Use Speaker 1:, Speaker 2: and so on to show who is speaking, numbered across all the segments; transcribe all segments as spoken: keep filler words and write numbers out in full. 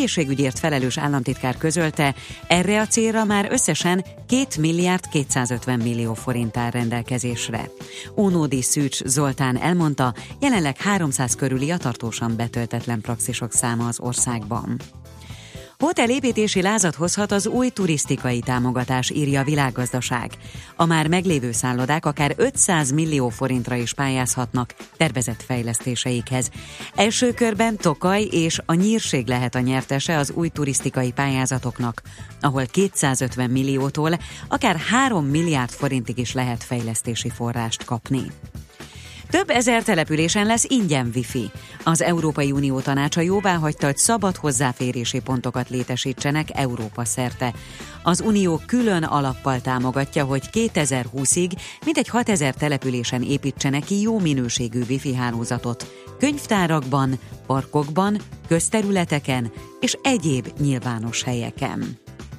Speaker 1: egészségügyért felelős államtitkár közölte, erre a célra már összesen két milliárd kétszázötven millió forint áll rendelkezésre. Ónódi Szűcs Zoltán elmondta, jelenleg háromszáz körüli a tartósan betöltetlen praxisok száma az országban. Hotelépítési lázat hozhat az új turisztikai támogatás, írja a Világgazdaság. A már meglévő szállodák akár ötszáz millió forintra is pályázhatnak tervezett fejlesztéseikhez. Első körben Tokaj és a Nyírség lehet a nyertese az új turisztikai pályázatoknak, ahol kétszázötven milliótól akár három milliárd forintig is lehet fejlesztési forrást kapni. Több ezer településen lesz ingyen wifi. Az Európai Unió tanácsa jóváhagyta, hogy szabad hozzáférési pontokat létesítsenek Európa szerte. Az Unió külön alappal támogatja, hogy kétezer-húszig mintegy hatezer településen építsenek ki jó minőségű wifi hálózatot. Könyvtárakban, parkokban, közterületeken és egyéb nyilvános helyeken.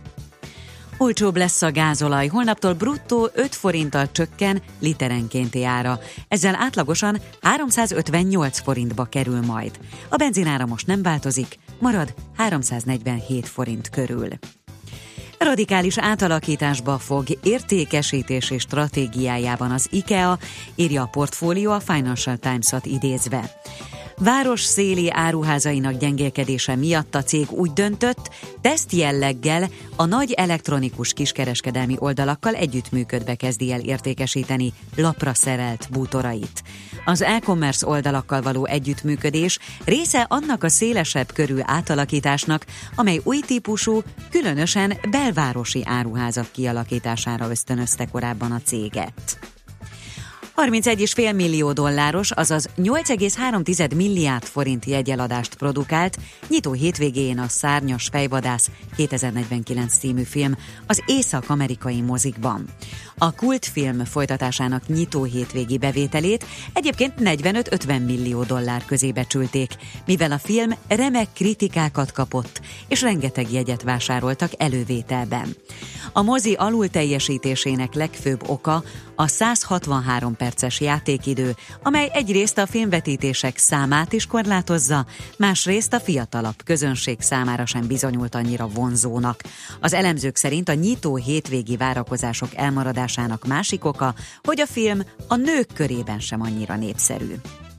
Speaker 1: Olcsóbb lesz a gázolaj, holnaptól bruttó öt forinttal csökken literenkénti ára. Ezzel átlagosan háromszázötvennyolc forintba kerül majd. A benzinára most nem változik, marad háromszáznegyvenhét forint körül. Radikális átalakításba fog értékesítési stratégiájában az IKEA, írja a Portfólió a Financial Times-ot idézve. Városszéli áruházainak gyengélkedése miatt a cég úgy döntött, teszt jelleggel a nagy elektronikus kiskereskedelmi oldalakkal együttműködve kezdi el értékesíteni lapra szerelt bútorait. Az e-commerce oldalakkal való együttműködés része annak a szélesebb körű átalakításnak, amely új típusú, különösen belvárosi áruházak kialakítására ösztönözte korábban a céget. harmincegy egész öt millió dolláros, azaz nyolc egész három milliárd forint jegyeladást produkált nyitó hétvégén a Szárnyas fejvadász kétezer-negyvenkilenc című film az észak-amerikai mozikban. A kultfilm folytatásának nyitó hétvégi bevételét egyébként negyvenöt-ötven millió dollár közé becsülték, mivel a film remek kritikákat kapott, és rengeteg jegyet vásároltak elővételben. A mozi alulteljesítésének legfőbb oka a száz hatvanhárom perces játékidő, amely egyrészt a filmvetítések számát is korlátozza, másrészt a fiatalabb közönség számára sem bizonyult annyira vonzónak. Az elemzők szerint a nyitó hétvégi várakozások elmaradásának másik oka, hogy a film a nők körében sem annyira népszerű.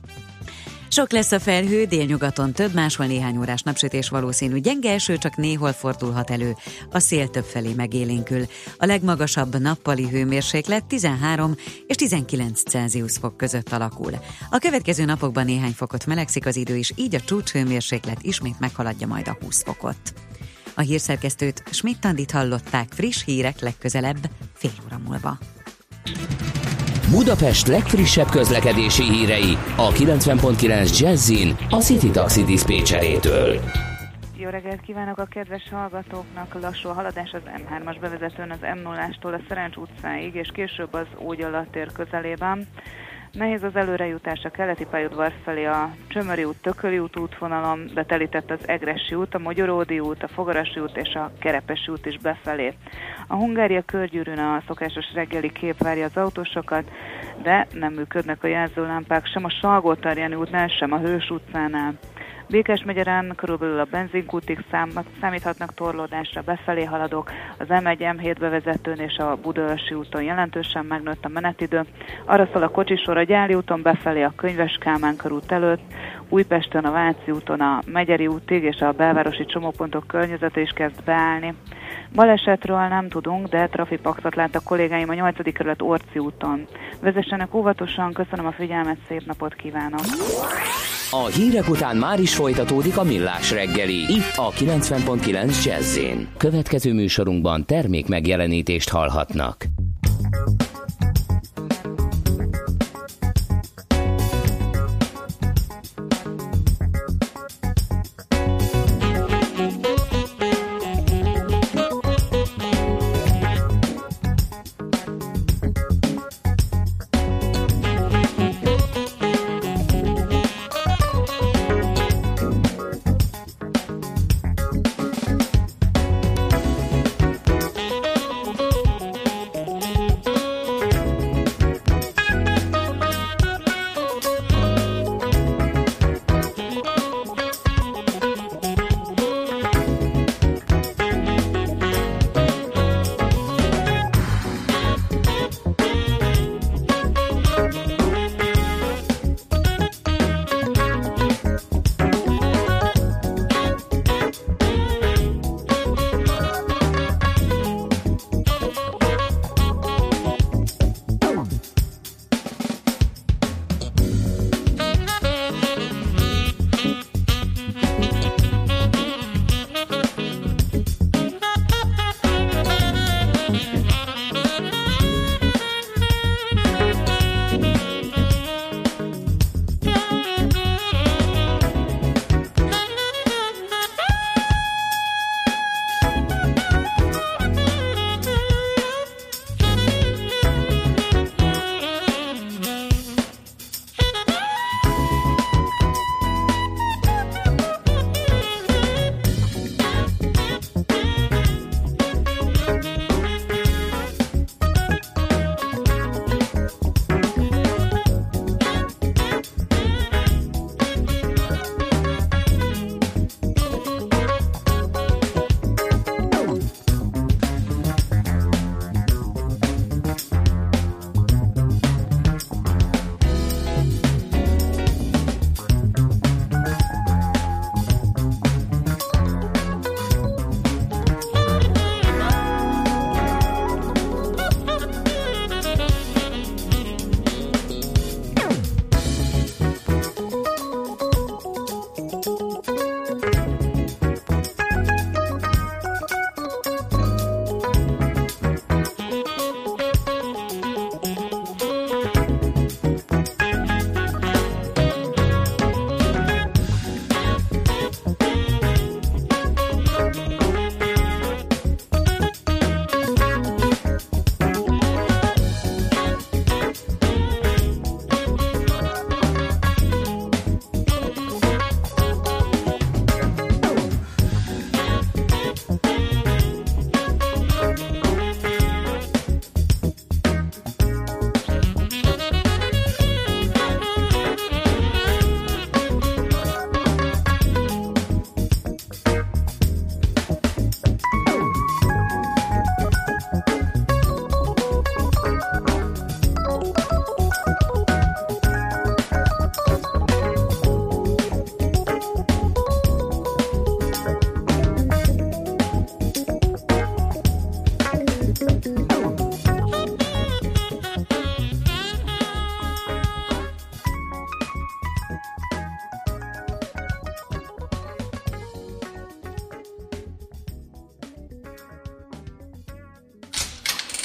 Speaker 1: Sok lesz a felhő, délnyugaton több, máshol néhány órás napsütés valószínű, gyenge eső csak néhol fordulhat elő, a szél többfelé megélénkül. A legmagasabb nappali hőmérséklet tizenhárom és tizenkilenc Celsius fok között alakul. A következő napokban néhány fokot melegszik az idő is, így a csúcshőmérséklet ismét meghaladja majd a húsz fokot. A hírszerkesztőt, Schmidt-Andit hallották, friss hírek legközelebb fél óra múlva.
Speaker 2: Budapest legfrissebb közlekedési hírei a kilencven pont kilenc Jazzin a City Taxi diszpécserétől.
Speaker 3: Jó reggelt kívánok a kedves hallgatóknak! Lassú a haladás az em hármas bevezetőn az em nullától a Szerencs utcáig, és később az Ógyala tér közelében. Nehéz az előrejutás a keleti pályaudvar felé a Csömöri út, Tököli út útvonalon, de telített az Egressy út, a Mogyoródi út, a Fogarasi út és a Kerepesi út is befelé. A Hungária körgyűrűn a szokásos reggeli kép várja az autósokat, de nem működnek a jelzőlámpák sem a Salgótarjáni útnál, sem a Hős utcánál. Békás megyeren körülbelül a benzinkútig számíthatnak torlódásra, befelé haladók, az em egy em hét bevezetőn és a Budaörsi úton jelentősen megnőtt a menetidő. Arra szól a kocsisor a Gyáli úton befelé a Könyves Kálmán körút előtt, Újpesten a Váci úton a Megyeri útig és a belvárosi csomópontok környezete is kezd beállni. Balesetről nem tudunk, de trafipaxot láttak kollégáim a nyolcadik kerület Orci úton. Vezessenek óvatosan, köszönöm a figyelmet, szép napot kívánok!
Speaker 2: A hírek után már is folytatódik a Millás reggeli, itt a kilencven pont kilenc Jazz-én. Következő műsorunkban termék megjelenítést hallhatnak.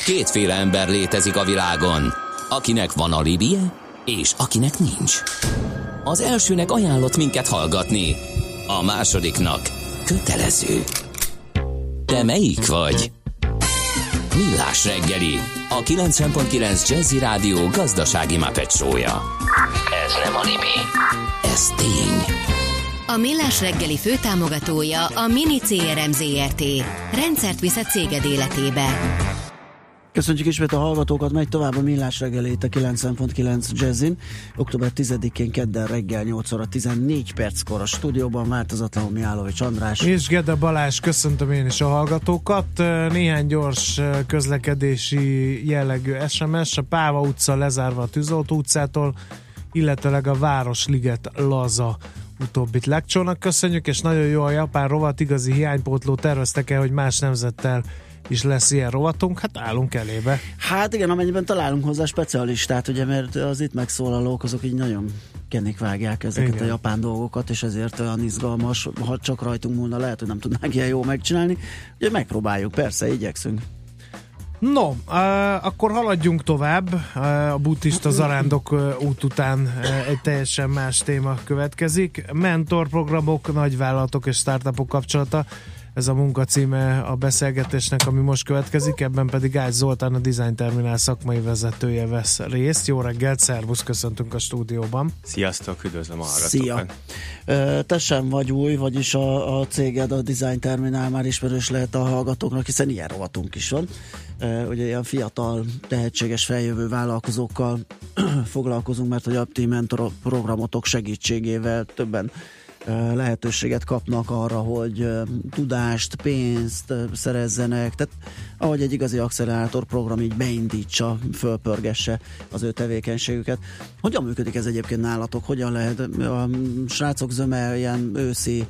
Speaker 2: Kétféle ember létezik a világon, akinek van alibije, és akinek nincs. Az elsőnek ajánlott minket hallgatni, a másodiknak kötelező. Te melyik vagy? Millás reggeli, a kilencven pont kilenc Jazzy Rádió gazdasági Muppet show-ja. Ez nem anime, ez tény.
Speaker 4: A Millás reggeli főtámogatója a Mini cé er em zé er té. Rendszert visz a céged életébe.
Speaker 5: Köszönjük ismét a hallgatókat, megy tovább a Millás reggeli itt a kilencven pont kilenc Jazzin. október tizedikén kedden reggel nyolc óra tizennégy perckor a stúdióban változatlanul Mihálovics András.
Speaker 6: És Gede Balázs, köszöntöm én is a hallgatókat. Néhány gyors közlekedési jellegű es em es. A Páva utca lezárva a Tűzoltó utcától, illetőleg a Városliget laza utóbbit Legcsónak köszönjük, és nagyon jó a japán rovat, igazi hiánypótló. Terveztek-e, hogy más nemzettel is lesz ilyen rovatunk? Hát állunk elébe.
Speaker 5: Hát igen, amennyiben találunk hozzá specialistát, ugye, mert az itt megszólalók azok így nagyon kenékvágják ezeket igen. a japán dolgokat, és ezért olyan izgalmas, ha csak rajtunk múlna, lehet, hogy nem tudnánk ilyen jól megcsinálni. Ugye megpróbáljuk, persze, igyekszünk.
Speaker 6: No, uh, akkor haladjunk tovább. Uh, a buddhista zarándok uh, út után uh, egy teljesen más téma következik. Mentorprogramok, nagyvállalatok és startupok kapcsolata. Ez a munkacíme a beszélgetésnek, ami most következik, ebben pedig Ács Zoltán, a Design Terminál szakmai vezetője vesz részt. Jó reggelt, szervusz, köszöntünk a stúdióban.
Speaker 7: Sziasztok, üdvözlöm a hallgatókat.
Speaker 5: Szia! Te sem vagy új, vagyis a, a céged, a Design Terminál már ismerős lehet a hallgatóknak, hiszen ilyen rovatunk is van. Ugye ilyen fiatal, tehetséges, feljövő vállalkozókkal foglalkozunk, mert hogy a ti mentor programotok segítségével többen lehetőséget kapnak arra, hogy tudást, pénzt szerezzenek, tehát ahogy egy igazi accelerátor program így beindítsa, fölpörgesse az ő tevékenységüket. Hogyan működik ez egyébként nálatok? Hogyan lehet? A srácok zöme ilyen őszi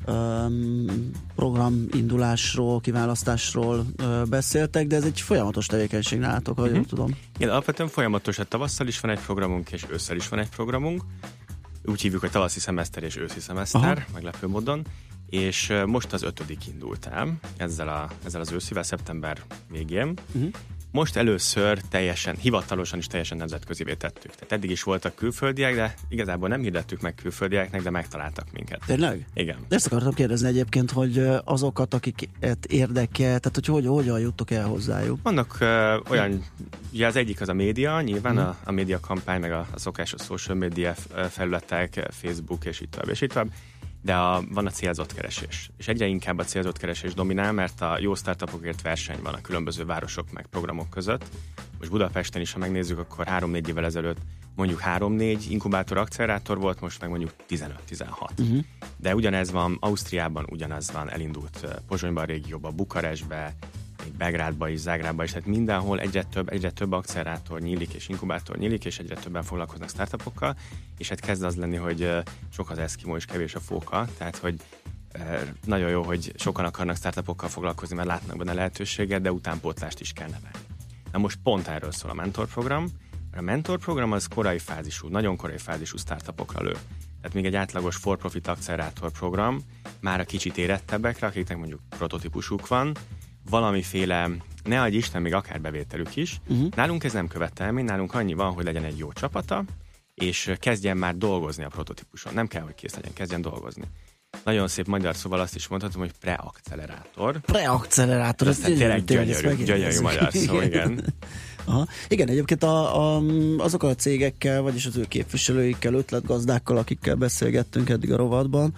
Speaker 5: um, programindulásról, kiválasztásról uh, beszéltek, de ez egy folyamatos tevékenység nálatok, ha uh-huh. jól tudom.
Speaker 7: Igen, alapvetően folyamatos, hát tavasszal is van egy programunk, és ősszel is van egy programunk. Úgy hívjuk, hogy tavaszi szemeszter és őszi szemeszter, aha. meglepő módon, és most az ötödik indult el ezzel, a, ezzel az őszivel, szeptember végén. Uh-huh. Most először teljesen, hivatalosan is teljesen nemzetközivé tettük. Tehát eddig is voltak külföldiek, de igazából nem hirdettük meg külföldieknek, de megtaláltak minket.
Speaker 5: Tényleg?
Speaker 7: Igen.
Speaker 5: De ezt akartam kérdezni egyébként, hogy azokat, akiket érdekel, tehát hogy, hogy hogyan juttok el hozzájuk?
Speaker 7: Vannak uh, olyan, ugye az egyik az a média, nyilván uh-huh. a, a média kampány, meg a, a szokásos social media felületek, Facebook és így tovább, és így tovább. De a, van a célzott keresés. És egyre inkább a célzott keresés dominál, mert a jó startupokért verseny van a különböző városok meg programok között. Most Budapesten is, ha megnézzük, akkor három-négy évvel ezelőtt mondjuk három-négy inkubátor accelerátor volt, most meg mondjuk tizenöt-tizenhat. Uh-huh. De ugyanez van Ausztriában, ugyanaz van, elindult Pozsonyban, a régióban, Bukarestbe, még Belgrádba is, Zágrába is, tehát mindenhol egyre több, egyre több accelerátor nyílik és inkubátor nyílik, és egyre többen foglalkoznak startupokkal, és hát kezd az lenni, hogy sok az eszkimó és kevés a fóka, tehát hogy nagyon jó, hogy sokan akarnak startupokkal foglalkozni, mert látnak benne lehetőséget, de utánpótlást is kell nevelni. Na most pont erről szól a mentorprogram. A mentorprogram az korai fázisú, nagyon korai fázisú startupokra lő. Tehát még egy átlagos for-profit accelerátor program már a kicsit érettebbekre, akiknek mondjuk prototípusuk van, valamiféle, ne adj Isten, még akár bevételük is. Uh-huh. Nálunk ez nem követelmény, nálunk annyi van, hogy legyen egy jó csapata, és kezdjen már dolgozni a prototípuson. Nem kell, hogy kész legyen, kezdjen dolgozni. Nagyon szép magyar szóval azt is mondhatom, hogy preaccelerátor.
Speaker 5: Preaccelerátor,
Speaker 7: ez tényleg gyönyörű, gyönyörű magyar szó, igen.
Speaker 5: Aha. Igen, egyébként a, a, azokkal a cégekkel, vagyis az ő képviselőikkel, ötletgazdákkal, akikkel beszélgettünk eddig a rovatban,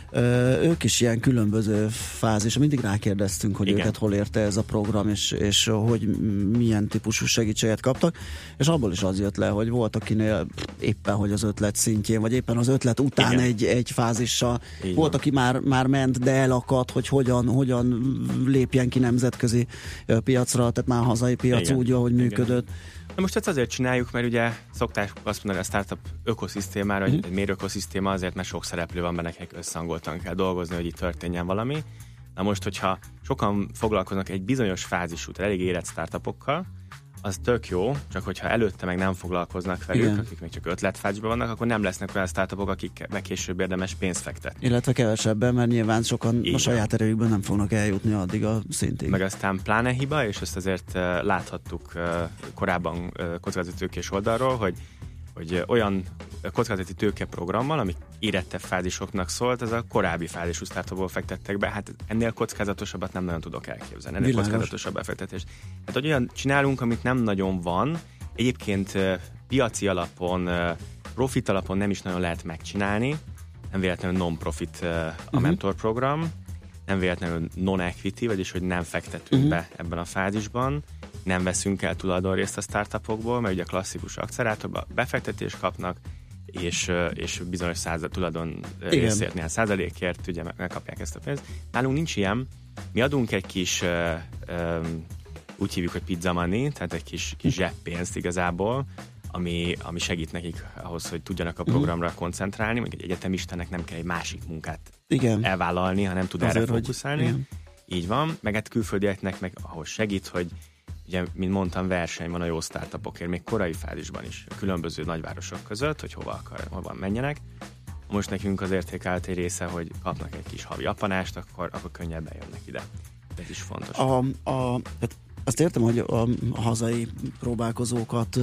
Speaker 5: ők is ilyen különböző fázis. Mindig rákérdeztünk, hogy igen. őket hol érte ez a program, és, és hogy milyen típusú segítséget kaptak, és abból is az jött le, hogy volt akinél éppen, hogy az ötlet szintjén, vagy éppen az ötlet után egy, egy fázissal. Igen. Volt, aki már, már ment, de elakadt, hogy hogyan, hogyan lépjen ki nemzetközi piacra, tehát már hazai piac igen. úgy, ahogy működött. Igen.
Speaker 7: Na most ezt azért csináljuk, mert ugye szokták azt mondani a startup ökoszisztémára, hogy uh-huh. egy mérőökoszisztéma azért, mert sok szereplő van benne, nekik összehangoltan kell dolgozni, hogy itt történjen valami. Na most, hogyha sokan foglalkoznak egy bizonyos fázisú, tehát elég érett startupokkal, az tök jó, csak hogyha előtte meg nem foglalkoznak velük, igen. akik még csak ötletfázisban vannak, akkor nem lesznek olyan startupok, akik meg később érdemes pénzt fektetni.
Speaker 5: Illetve kevesebben, mert nyilván sokan igen. a saját erejükben nem fognak eljutni addig a szintig.
Speaker 7: Meg aztán pláne hiba, és ezt azért uh, láthattuk uh, korábban uh, kockázati tőkés oldalról, hogy hogy olyan kockázati tőkeprogrammal, ami érettebb fázisoknak szólt, ez a korábbi fázisú startupból fektettek be. Hát ennél kockázatosabbat nem nagyon tudok elképzelni. Ennél Világos. kockázatosabb befektetés. Hát, hogy olyan csinálunk, amit nem nagyon van, egyébként piaci alapon, profit alapon nem is nagyon lehet megcsinálni, nem véletlenül non-profit a uh-huh. mentorprogram, nem véletlenül non-equity, vagyis hogy nem fektetünk uh-huh. be ebben a fázisban, nem veszünk el tulajdonrészt a startupokból, mert ugye a klasszikus akcerátorban befektetést kapnak, és, és bizonyos század tulajdon részért, néhány százalékért ugye megkapják ezt a pénzt. Nálunk nincs ilyen. Mi adunk egy kis, uh, um, úgy hívjuk, hogy pizza money, tehát egy kis, kis zseppénzt igazából, ami, ami segít nekik ahhoz, hogy tudjanak a programra uh-huh. koncentrálni, mondjuk egy egyetemistának nem kell egy másik munkát igen. elvállalni, hanem tud Azért, erre fókuszálni. Hogy, így van, meg hát külföldieknek meg ahhoz segít, hogy ugye, mint mondtam, verseny van a jó startupokért, még korai fázisban is, a különböző nagyvárosok között, hogy hova akar, hova menjenek. Most nekünk az értékelt egy része, hogy kapnak egy kis havi apanást, akkor, akkor könnyebben jönnek ide. Ez is fontos.
Speaker 5: A, a, hát azt értem, hogy a hazai próbálkozókat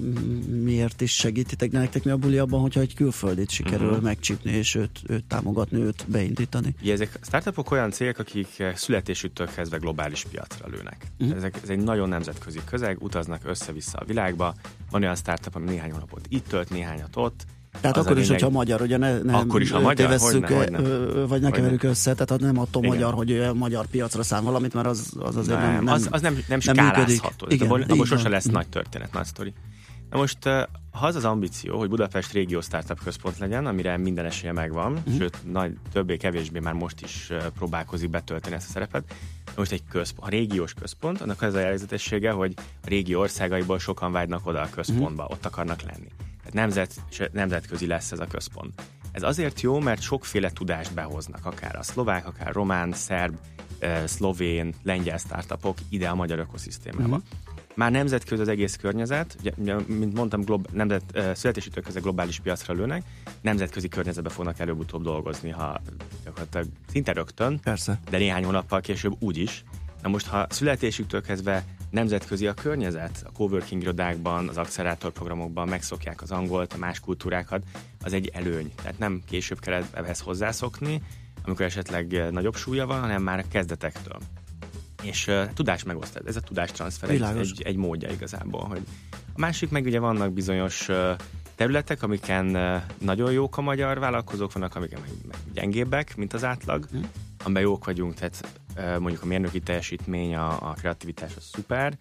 Speaker 5: miért is segítitek, nektek mi a buli abban, hogyha egy külföldit sikerül uh-huh. megcsípni, és őt, őt támogatni, őt beindítani?
Speaker 7: Ja, ezek a startupok olyan cégek, akik születésüktől kezdve globális piacra lőnek. Uh-huh. Ezek, ez egy nagyon nemzetközi közeg, utaznak össze-vissza a világba. Van olyan startup, ami néhány hónapot itt tölt, néhányat ott.
Speaker 5: Tehát az akkor is, hogyha magyar, ugye ne, ne
Speaker 7: akkor is a magyar,
Speaker 5: tévesszük,
Speaker 7: hogyne, hogyne.
Speaker 5: vagy ne keverjük össze, tehát nem attól igen. magyar, hogy a magyar piacra szám valamit, mert az, az azért nem, nem,
Speaker 7: az, az nem, nem skálázható. Abból sose lesz nagy történet, nagy sztori. Na most, ha az az ambíció, hogy Budapest régió startup központ legyen, amire minden esélye megvan, uh-huh. sőt, nagy, többé-kevésbé már most is próbálkozik betölteni ezt a szerepet. Most egy központ, a régiós központ, annak az a jellegzetessége, hogy a régió országaiból sokan vágynak oda a központba, uh-huh. ott akarnak lenni. Nemzet, nemzetközi lesz ez a központ. Ez azért jó, mert sokféle tudást behoznak, akár a szlovák, akár román, szerb, eh, szlovén, lengyel startupok ide a magyar ökoszisztémába. Uh-huh. Már nemzetközi az egész környezet, ugye, mint mondtam, glob, nemzet, eh, születésítől kezdve globális piacra lőnek, nemzetközi környezetben fognak előbb-utóbb dolgozni, ha gyakorlatilag szinte rögtön,
Speaker 5: Persze.
Speaker 7: de néhány hónappal később úgyis. Na most, ha születésüktől kezdve nemzetközi a környezet, a coworking irodákban, az accelerátor programokban megszokják az angolt, a más kultúrákat, az egy előny. Tehát nem később kell ehhez hozzászokni, amikor esetleg nagyobb súlya van, hanem már kezdetektől. És uh, tudás megosztás, ez a tudástranszfer egy, egy, egy módja igazából. Hogy a másik meg ugye vannak bizonyos uh, területek, amiken uh, nagyon jók a magyar vállalkozók, vannak, amiken meg, meg gyengébbek, mint az átlag, hmm. amiben jók vagyunk, tehát uh, mondjuk a mérnöki teljesítmény, a, a kreativitás az szuper,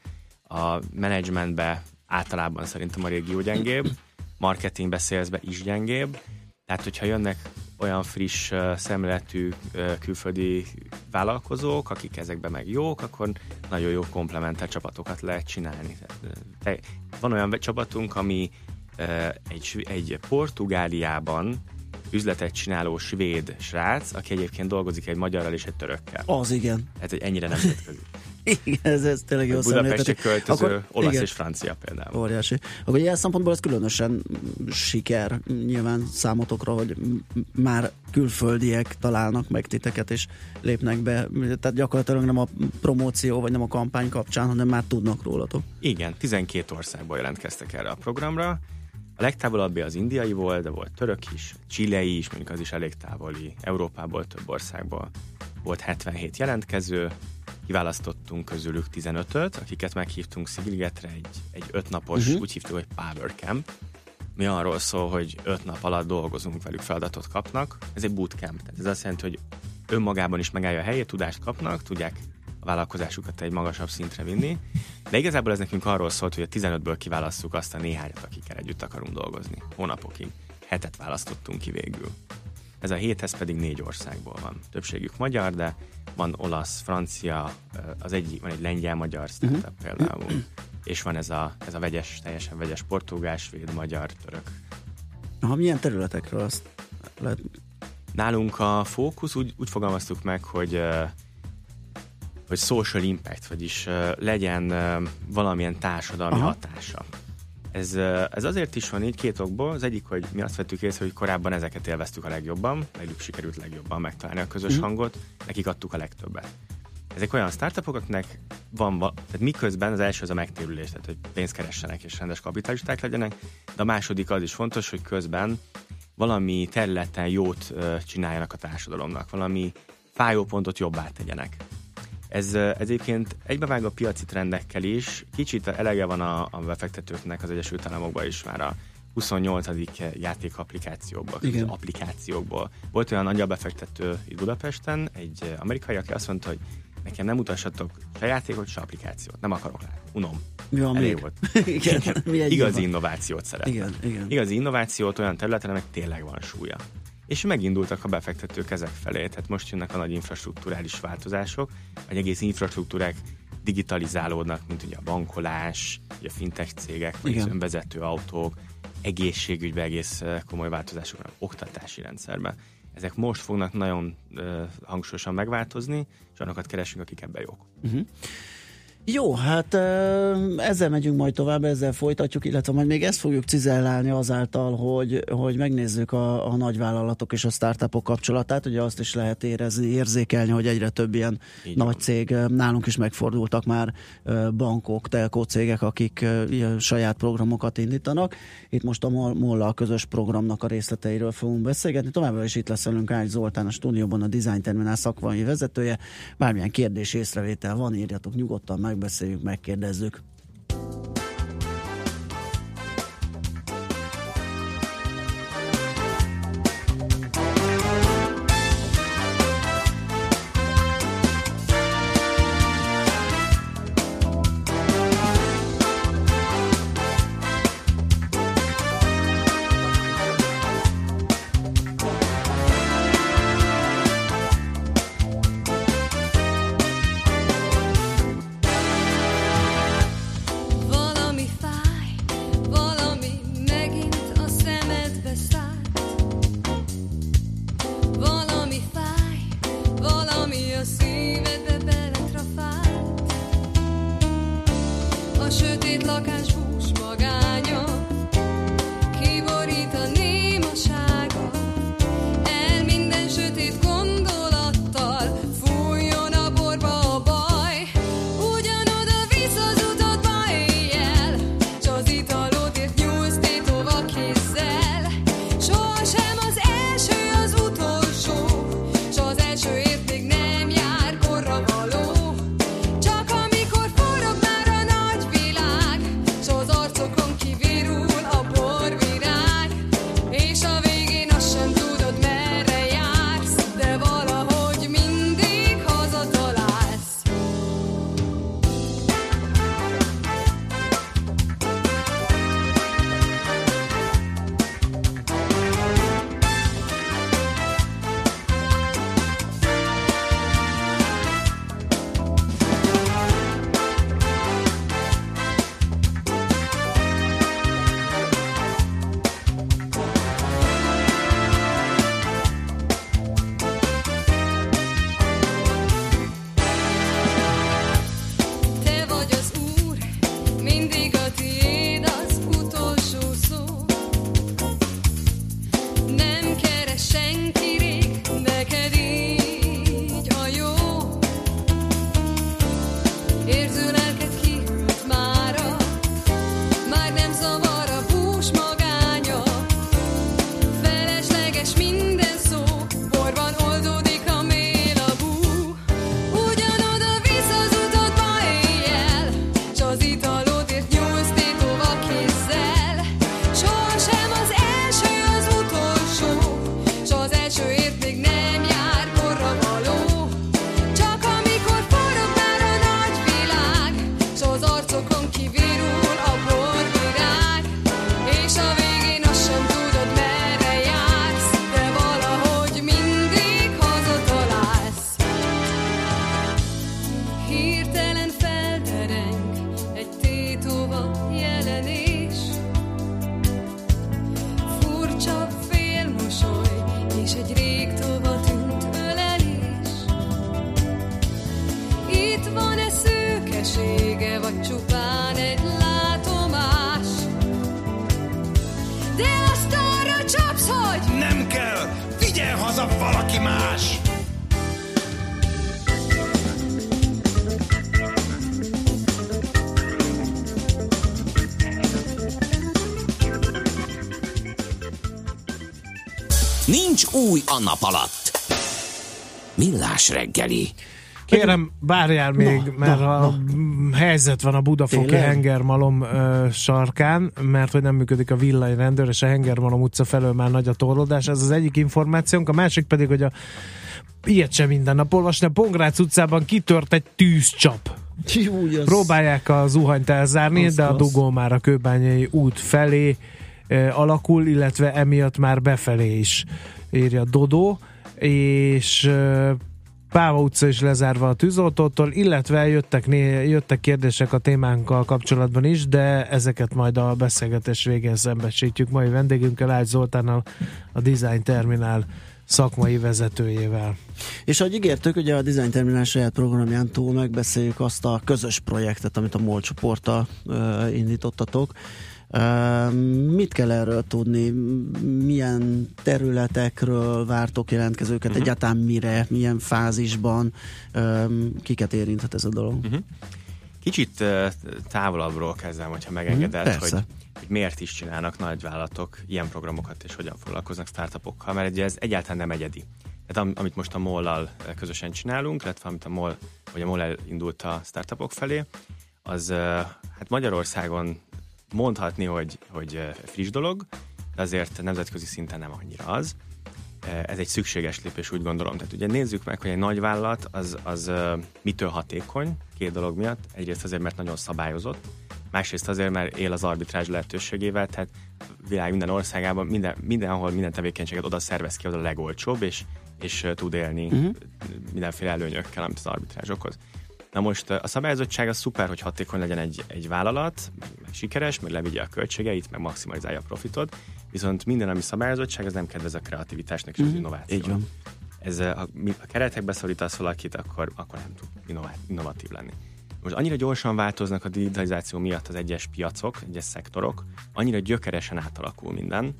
Speaker 7: a menedzsmentben általában szerintem a régió gyengébb, marketingbe, salesbe is gyengébb, tehát hogyha jönnek olyan friss uh, szemléletű uh, külföldi vállalkozók, akik ezekben meg jók, akkor nagyon jó komplementer csapatokat lehet csinálni. Tehát, te, van olyan csapatunk, ami uh, egy, egy Portugáliában üzletet csináló svéd srác, aki egyébként dolgozik egy magyarral és egy törökkel.
Speaker 5: Az igen.
Speaker 7: Tehát, hogy ennyire nemzetközi.
Speaker 5: Igen, ez, ez tényleg jó szemlélet.
Speaker 7: Budapesti költöző, akkor, olasz igen. és francia például.
Speaker 5: Óriási. Akkor ilyen szempontból ez különösen siker nyilván számotokra, hogy már külföldiek találnak meg titeket és lépnek be. Tehát gyakorlatilag nem a promóció vagy nem a kampány kapcsán, hanem már tudnak rólatok.
Speaker 7: Igen, tizenkét országból jelentkeztek erre a programra. A legtávolabbi az indiai volt, de volt török is, chilei is, mondjuk az is elég távoli, Európából, több országból volt hetvenhét jelentkező, kiválasztottunk közülük tizenötöt, akiket meghívtunk Szigligetre egy, egy ötnapos, uh-huh. úgy hívtuk, hogy Power Camp, mi arról szól, hogy öt nap alatt dolgozunk velük, feladatot kapnak. Ez egy bootcamp, tehát ez azt jelenti, hogy önmagában is megállja a helyét, tudást kapnak, tudják a vállalkozásukat egy magasabb szintre vinni, de igazából ez nekünk arról szólt, hogy a tizenötből kiválasztjuk azt a néhányat, akikkel együtt akarunk dolgozni. Hónapokig. Hetet választottunk ki végül. Ez a héthez pedig négy országból van. Többségük magyar, de van olasz, francia, az egyik, van egy lengyel-magyar startup uh-huh. például, és van ez a, ez a vegyes, teljesen vegyes portugál, svéd, magyar, török.
Speaker 5: Ha milyen területekről azt lehet...
Speaker 7: Nálunk a fókusz úgy, úgy fogalmaztuk meg, hogy hogy social impact, vagyis uh, legyen uh, valamilyen társadalmi Aha. hatása. Ez, uh, ez azért is van így két okból. Az egyik, hogy mi azt vettük észre, hogy korábban ezeket élveztük a legjobban, velük sikerült legjobban megtalálni a közös mm. hangot, nekik adtuk a legtöbbet. Ezek olyan startupok, akiknek van, tehát miközben az első az a megtérülés, tehát hogy pénzt keressenek és rendes kapitalisták legyenek, de a második az is fontos, hogy közben valami területen jót uh, csináljanak a társadalomnak, valami fájópontot jobbá tegyenek. Ez, ez egyébként egybevág a piaci trendekkel is, kicsit elege van a, a befektetőknek az Egyesült Államokban is már a huszonnyolcadik játékapplikációkból, az applikációkból. Volt olyan angyal befektető itt Budapesten, egy amerikai, aki azt mondta, hogy nekem nem mutassatok se játékot, se applikációt, nem akarok látni, unom.
Speaker 5: Mi van
Speaker 7: Elég
Speaker 5: még?
Speaker 7: volt.
Speaker 5: igen,
Speaker 7: igen. Igazi innovációt szeretem.
Speaker 5: Igen, igen.
Speaker 7: Igazi innovációt olyan területen, aminek tényleg van súlya. És megindultak a befektetők ezek felé. Tehát most jönnek a nagy infrastrukturális változások, vagy egész infrastruktúrák digitalizálódnak, mint ugye a bankolás, ugye a fintech cégek, vagy az önvezető autók, egészségügyben egész komoly változások vannak, oktatási rendszerben. Ezek most fognak nagyon uh, hangsúlyosan megváltozni, és olyanokat keresünk, akik ebben jók. Uh-huh.
Speaker 5: Jó, hát ezzel megyünk majd tovább, ezzel folytatjuk, illetve majd még ezt fogjuk cizellálni azáltal, hogy, hogy megnézzük a, a nagyvállalatok és a startupok kapcsolatát. Ugye azt is lehet érezni, érzékelni, hogy egyre több ilyen Így nagy van. cég, nálunk is megfordultak már bankok, telkó cégek, akik ilyen saját programokat indítanak. Itt most a MOL-lal közös programnak a részleteiről fogunk beszélgetni. Továbbá is itt lesz velünk Ács Zoltán, a stúdióban a Design Terminál szakmai vezetője. Bármilyen kérdés, észrevétel van, írjatok nyugodtan meg. Beszéljük, megkérdezzük.
Speaker 8: Sötét van-e szőkesége, vagy csupán egy látomás? De azt arra csapsz, hogy
Speaker 9: nem kell, vigyen haza valaki más!
Speaker 2: Nincs új a nap alatt. Millás reggeli.
Speaker 6: Kérem, várjál még, na, mert na, a na. helyzet van a Budafoki Tényleg? Hengermalom uh, sarkán, mert hogy nem működik a villanyrendőr, és a Hengermalom utca felől már nagy a torlódás. Ez az egyik információnk, a másik pedig, hogy a ilyet sem minden nap olvasni, a Pongrác utcában kitört egy tűzcsap.
Speaker 5: Jú, az... Próbálják
Speaker 6: a zuhanyt elzárni, az de a dugó már a Kőbányai út felé uh, alakul, illetve emiatt már befelé is, írja Dodó, és uh, Páva utca is lezárva a tűzoltótól, illetve jöttek, né- jöttek kérdések a témánkkal kapcsolatban is, de ezeket majd a beszélgetés végén szembesítjük mai vendégünkkel, Ács Zoltánnal, a Design Terminál szakmai vezetőjével.
Speaker 5: És ahogy ígértük, ugye a Design Terminál saját programján túl megbeszéljük azt a közös projektet, amit a MOL csoporttal uh, indítottatok. Uh, mit kell erről tudni? Milyen területekről vártok jelentkezőket? Uh-huh. Egyáltalán mire? Milyen fázisban? Uh, kiket érinthet ez a dolog?
Speaker 7: Uh-huh. Kicsit uh, távolabbról kezdem, hogyha megengedett, uh-huh. hogy, hogy miért is csinálnak nagyvállalatok ilyen programokat, és hogyan foglalkoznak startupokkal, mert ugye ez egyáltalán nem egyedi. Tehát am, amit most a MOL-lal közösen csinálunk, illetve amit a MOL, vagy a MOL elindult a startupok felé, az uh, hát Magyarországon mondhatni, hogy, hogy friss dolog, de azért nemzetközi szinten nem annyira az. Ez egy szükséges lépés, úgy gondolom. Tehát ugye nézzük meg, hogy egy nagyvállalat az, az mitől hatékony, két dolog miatt. Egyrészt azért, mert nagyon szabályozott, másrészt azért, mert él az arbitrázs lehetőségével, tehát világ minden országában, minden, mindenhol minden tevékenységet oda szervez ki, az a legolcsóbb, és, és tud élni uh-huh. mindenféle előnyökkel, amit az arbitrázs okoz. Na most a szabályozottság az szuper, hogy hatékony legyen egy, egy vállalat, meg sikeres, meg levigye a költségeit, meg maximalizálja a profitot, viszont minden, ami szabályozottság, az nem kedvez a kreativitásnak és mm-hmm. az innovációnak. Ez, ha a keretekbe szorítasz valakit, akkor, akkor nem tud innová- innovatív lenni. Most annyira gyorsan változnak a digitalizáció miatt az egyes piacok, egyes szektorok, annyira gyökeresen átalakul minden.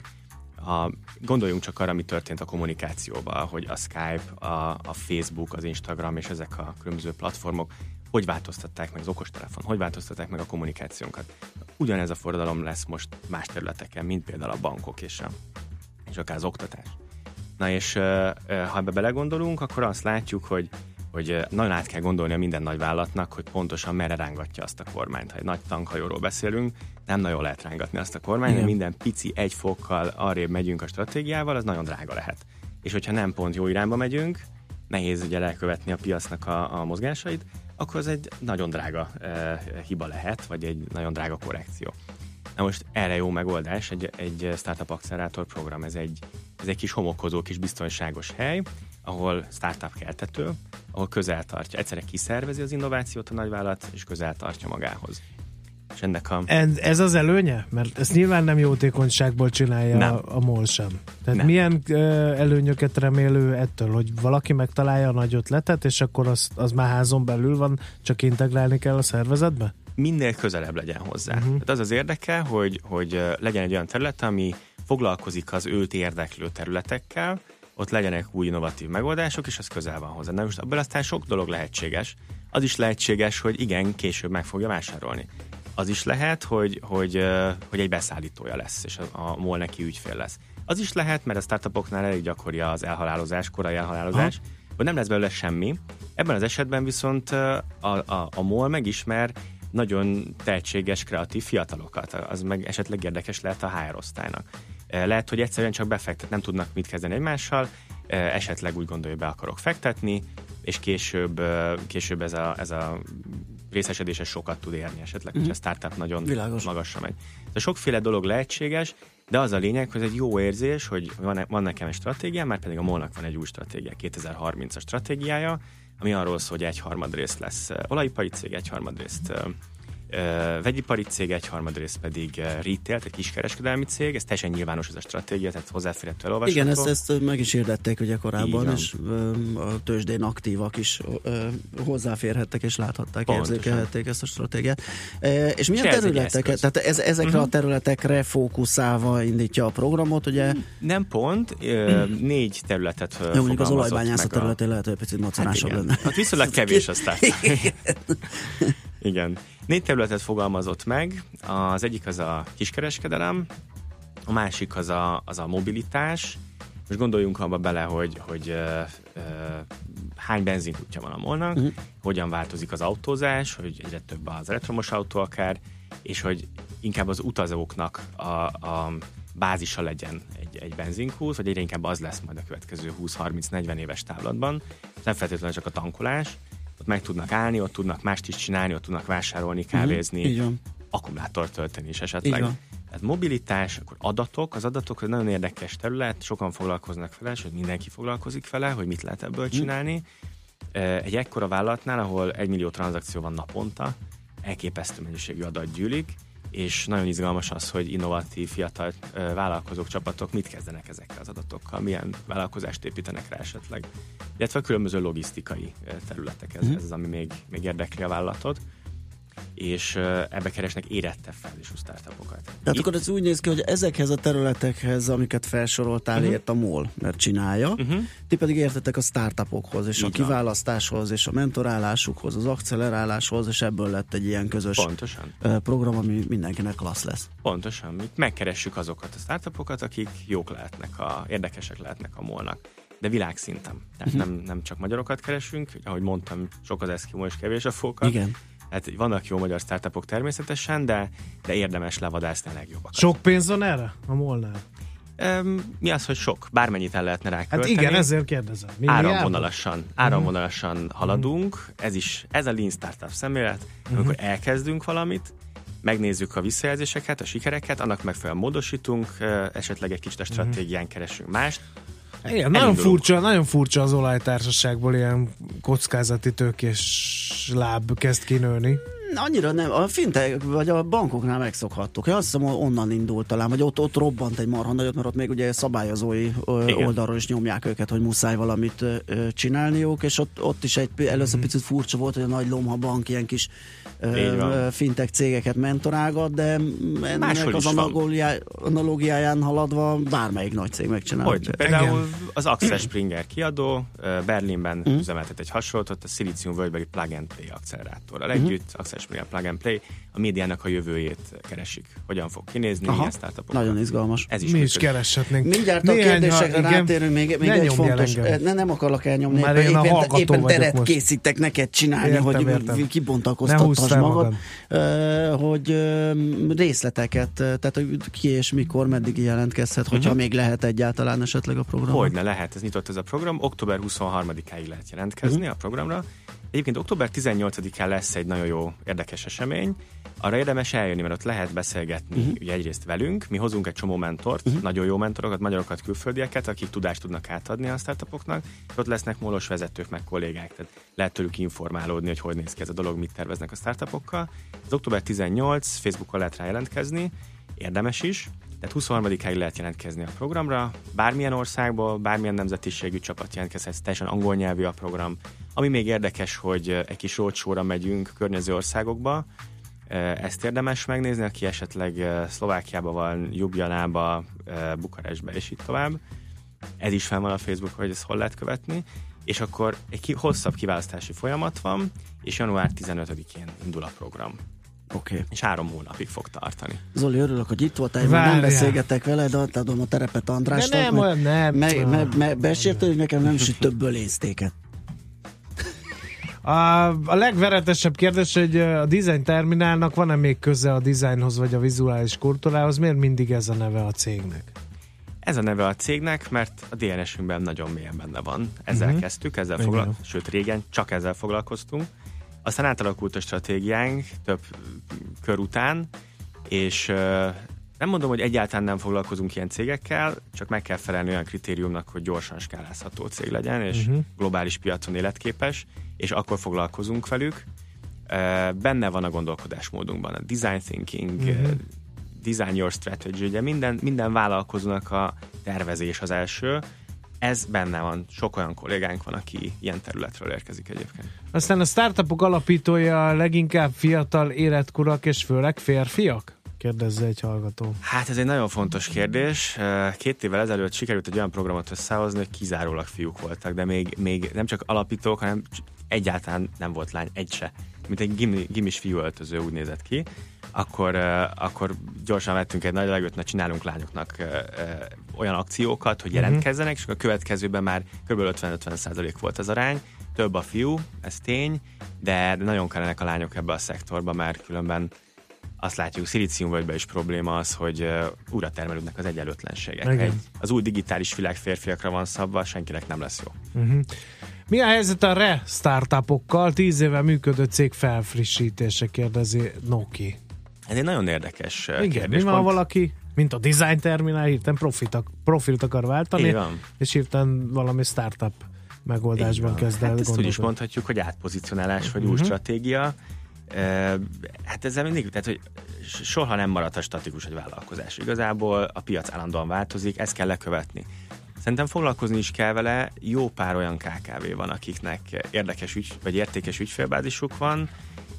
Speaker 7: A, gondoljunk csak arra, mi történt a kommunikációban, hogy a Skype, a, a Facebook, az Instagram és ezek a különböző platformok hogy változtatták meg az okostelefon, hogy változtatták meg a kommunikációnkat. Ugyanez a forradalom lesz most más területeken, mint például a bankok és, a, és akár az oktatás. Na és ha ebbe belegondolunk, akkor azt látjuk, hogy hogy nagyon át kell gondolni a minden nagy vállalatnak, hogy pontosan merre rángatja azt a kormányt. Ha egy nagy tankhajóról beszélünk, nem nagyon lehet rángatni azt a kormányt, de minden pici egy fokkal arrébb megyünk a stratégiával, az nagyon drága lehet. És hogyha nem pont jó irányba megyünk, nehéz ugye lekövetni a piacnak a, a mozgásait, akkor az egy nagyon drága e, hiba lehet, vagy egy nagyon drága korrekció. Na most erre jó megoldás, egy, egy Startup Accelerátor program, ez egy, ez egy kis homokozó, kis biztonságos hely, ahol startup keltető, ahol közel tartja, egyszerre kiszervezi az innovációt a nagyvállalat, és közel tartja magához. És ennek a...
Speaker 6: Ez az előnye? Mert ezt nyilván nem jótékonyságból csinálja a, a MOL sem. Tehát nem. Milyen uh, előnyöket remélő ettől, hogy valaki megtalálja a nagy ötletet, és akkor az, az már házon belül van, csak integrálni kell a szervezetbe?
Speaker 7: Minél közelebb legyen hozzá. Uh-huh. Tehát az az érdeke, hogy, hogy legyen egy olyan terület, ami foglalkozik az őt érdeklő területekkel, ott legyenek új innovatív megoldások, és az közel van hozzá. Na most abból aztán sok dolog lehetséges. Az is lehetséges, hogy igen, később meg fogja vásárolni. Az is lehet, hogy, hogy, hogy egy beszállítója lesz, és a, a MOL neki ügyfél lesz. Az is lehet, mert a startupoknál elég gyakori az elhalálozás, korai elhalálozás, ha. hogy nem lesz belőle semmi. Ebben az esetben viszont a, a, a MOL megismer nagyon tehetséges, kreatív fiatalokat. Az meg esetleg érdekes lehet a há er osztálynak. Lehet, hogy egyszerűen csak befektet, nem tudnak mit kezdeni egymással, esetleg úgy gondolja, hogy be akarok fektetni, és később, később ez a, ez a részesedése sokat tud érni esetleg, mm. hogy a startup nagyon Világos. magasra megy. De sokféle dolog lehetséges, de az a lényeg, hogy ez egy jó érzés, hogy van, van nekem egy stratégiám, már pedig a MOL-nak van egy új stratégia, kétezer-harmincas stratégiája, ami arról szól, hogy egy harmad részt lesz olajipari cég, egy harmad részt Uh, vegyipari cég, egyharmad rész pedig uh, retail, egy kiskereskedelmi cég, ez teljesen nyilvános ez a stratégia, tehát hozzáférhető, elolvasható.
Speaker 5: Igen, ezt, ezt meg is hirdették ugye korábban, és uh, a tőzsdén aktívak is uh, hozzáférhettek és láthatták, pontosan érzékelhették ezt a stratégiát. Uh, és milyen területeket, tehát ez, ezekre uh-huh. a területekre fókuszálva indítja a programot, ugye?
Speaker 7: Nem pont, uh, négy területet uh,
Speaker 5: jó, mondjuk az olajbányász a területén lehet, hogy picit macerásabb
Speaker 7: hát
Speaker 5: lenne.
Speaker 7: Hát viszonylag kevés aztán. Igen. Négy területet fogalmazott meg, az egyik az a kiskereskedelem, a másik az a, az a mobilitás. Most gondoljunk abba bele, hogy, hogy uh, uh, hány benzinkútja van a molnak, uh-huh. hogyan változik az autózás, hogy egyre több az elektromos autó akár, és hogy inkább az utazóknak a, a bázisa legyen egy, egy benzinkút, vagy egyre inkább az lesz majd a következő húsz-harminc-negyven éves távlatban. Nem feltétlenül csak a tankolás, ott meg tudnak állni, ott tudnak mást is csinálni, ott tudnak vásárolni, kávézni, uh-huh. akkumulátort tölteni is esetleg. Tehát mobilitás, akkor adatok, az adatok az nagyon érdekes terület, sokan foglalkoznak vele, sőt mindenki foglalkozik vele, hogy mit lehet ebből csinálni. Uh-huh. Egy ekkora vállalatnál, ahol egy millió tranzakció van naponta, elképesztő mennyiségű adat gyűlik, és nagyon izgalmas az, hogy innovatív, fiatal uh, vállalkozók, csapatok mit kezdenek ezekkel az adatokkal, milyen vállalkozást építenek rá esetleg. Illetve a különböző logisztikai uh, területek, ez, mm. ez az, ami még, még érdekli a vállalatot, és uh, ebbe keresnek érettebb fázisú startupokat.
Speaker 5: Tehát Itt... akkor ez úgy néz ki, hogy ezekhez a területekhez, amiket felsoroltál, uh-huh. ért a MOL, mert csinálja, uh-huh. ti pedig értetek a startupokhoz, és így a kiválasztáshoz, és a mentorálásukhoz, az akceleráláshoz, és ebből lett egy ilyen közös
Speaker 7: Pontosan.
Speaker 5: program, ami mindenkinek klassz lesz.
Speaker 7: Pontosan. Mi megkeressük azokat a startupokat, akik jók lehetnek, a, érdekesek lehetnek a MOL-nak. De világszinten. Tehát uh-huh. nem, nem csak magyarokat keresünk, ahogy mondtam, sok az eszkimó és kevés a fóka.
Speaker 5: Igen.
Speaker 7: Hát vannak jó magyar startupok természetesen, de, de érdemes levadászni a legjobbakat.
Speaker 6: Sok pénz van erre a MOL-nál?
Speaker 7: Um, mi az, hogy sok? Bármennyit el lehetne rá költeni.
Speaker 6: Hát igen, ezért kérdezem.
Speaker 7: Áramvonalasan, áramvonalasan uh-huh. haladunk. Ez is, ez a Lean Startup szemlélet, uh-huh. amikor elkezdünk valamit, megnézzük a visszajelzéseket, a sikereket, annak megfelelően módosítunk, esetleg egy kicsit a stratégián uh-huh. keresünk mást.
Speaker 6: Igen, nagyon furcsa, nagyon furcsa az olajtársaságból ilyen kockázati tőkés láb kezd kinőni.
Speaker 5: Annyira nem, a fintech vagy a bankoknál megszokhattuk. Én azt hiszem, onnan indult talán, vagy ott, ott robbant egy marha nagyot, mert ott még ugye szabályozói Igen. oldalról is nyomják őket, hogy muszáj valamit ö, csinálniuk, és ott, ott is egy, először mm-hmm. picit furcsa volt, hogy a nagy lomha bank ilyen kis ö, fintech cégeket mentorálgat, de ennek az analógiáján haladva bármelyik nagy cég megcsinál.
Speaker 7: Hogy, például az Axel Springer kiadó Berlinben mm. üzemeltet egy hasonlót, a Szilícium völgybeli Plug and Play akcelerátorral mm. együtt, Axel Springer Plug and Play, a médiának a jövőjét keresik. Hogyan fog kinézni,
Speaker 5: Aha,
Speaker 7: milyen startupokkal.
Speaker 5: Nagyon izgalmas.
Speaker 7: Ez is
Speaker 6: Mi is kereshetnénk.
Speaker 5: Mindjárt a kérdésekre rátérünk, még, még egy fontos. Ne, nem akarlak elnyomni, éppen, éppen, éppen teret most. Készítek neked csinálni, értem, hogy értem. Kibontakoztattas magad. Uh, hogy uh, részleteket, tehát hogy ki és mikor, meddig jelentkezhet, uh-huh. hogyha még lehet egyáltalán esetleg a program.
Speaker 7: Hogyne lehet, ez nyitott ez a program. október huszonharmadikáig lehet jelentkezni uh-huh. a programra. Egyébként október tizennyolcadikán lesz egy nagyon jó, érdekes esemény. Arra érdemes eljönni, mert ott lehet beszélgetni uh-huh. ugye egyrészt velünk. Mi hozunk egy csomó mentort, uh-huh. nagyon jó mentorokat, magyarokat, külföldieket, akik tudást tudnak átadni a startupoknak. Ott lesznek molos vezetők, meg kollégák, tehát lehet tőlük informálódni, hogy hogy néz ki ez a dolog, mit terveznek a startupokkal. Az október tizennyolcadika, Facebookon lehet rá jelentkezni, érdemes is. Tehát huszonharmadikáig lehet jelentkezni a programra, bármilyen országból, bármilyen nemzetiségű csapat jelentkezhet, teljesen angol nyelvű a program. Ami még érdekes, hogy egy kis roadshow-ra megyünk környező országokba, ezt érdemes megnézni, aki esetleg Szlovákiában van, Ljubljanába, Bukarestbe és így tovább. Ez is fel van a Facebook, hogy ezt hol lehet követni. És akkor egy ki- hosszabb kiválasztási folyamat van, és január tizenötödikén indul a program.
Speaker 5: Okay.
Speaker 7: És három hónapig fog tartani.
Speaker 5: Zoli, örülök, hogy itt voltál, én nem beszélgetek veled, adom a terepet Andrásnak.
Speaker 6: De nem, olyan nem.
Speaker 5: Me, me, me, Besérte, hogy nekem nem süt többből észtéket.
Speaker 6: A, a legveretesebb kérdés, hogy a design terminálnak van-e még köze a designhoz, vagy a vizuális kultúrához? Miért mindig ez a neve a cégnek?
Speaker 7: Ez a neve a cégnek, mert a dé en es-ünkben nagyon mélyen benne van. Ezzel uh-huh. kezdtük, ezzel foglalkoztunk, sőt régen csak ezzel foglalkoztunk. Aztán átalakult a stratégiánk több kör után, és uh, nem mondom, hogy egyáltalán nem foglalkozunk ilyen cégekkel, csak meg kell felelni olyan kritériumnak, hogy gyorsan skálázható cég legyen, és uh-huh. globális piacon életképes, és akkor foglalkozunk velük. benne van a gondolkodásmódunkban, a design thinking,
Speaker 6: uh-huh.
Speaker 7: design your strategy, ugye minden, minden vállalkozónak a tervezés az első, ez benne van. Sok olyan kollégánk van, aki ilyen területről érkezik egyébként.
Speaker 6: Aztán a startupok alapítója leginkább fiatal életkorak és főleg férfiak? Kérdezze egy hallgató.
Speaker 7: Hát ez egy nagyon fontos kérdés. Két évvel ezelőtt sikerült egy olyan programot összehozni, hogy kizárólag fiúk voltak, de még, még nem csak alapítók, hanem egyáltalán nem volt lány, egy se. Mint egy gimi, gimis fiúöltöző úgy nézett ki. Akkor, akkor gyorsan vettünk egy nagy levegőt, na csinálunk lányoknak olyan akciókat, hogy jelentkezzenek, és a következőben már kb. ötven-ötven százalék volt az arány. Több a fiú, ez tény, de nagyon kellenek a lányok ebbe a szektorba, mert különben azt látjuk, Szilíciumvölgyben is probléma az, hogy uh, újra termelődnek az egyenlőtlenségek. Egy, az új digitális világ férfiakra van szabva, senkinek nem lesz jó.
Speaker 6: Uh-huh. Mi a helyzet a re-startupokkal? Tíz éve működő cég felfrissítése, kérdezi Noki.
Speaker 7: Ez egy nagyon érdekes
Speaker 6: Igen,
Speaker 7: kérdés.
Speaker 6: Mi van, valaki, mint a Design Terminál, hirtelen profilt, profilt akar váltani, és hirtelen valami startup megoldásban kezd el
Speaker 7: hát ezt úgy is
Speaker 6: gondolkodni.
Speaker 7: mondhatjuk, hogy átpozicionálás vagy uh-huh. új stratégia. Hát ezzel mindig, tehát, hogy soha nem maradhat statikus egy vállalkozás. Igazából a piac állandóan változik, ezt kell lekövetni. Szerintem foglalkozni is kell vele, jó pár olyan ká ká vé van, akiknek érdekes ügy, vagy értékes ügyfélbázisuk van,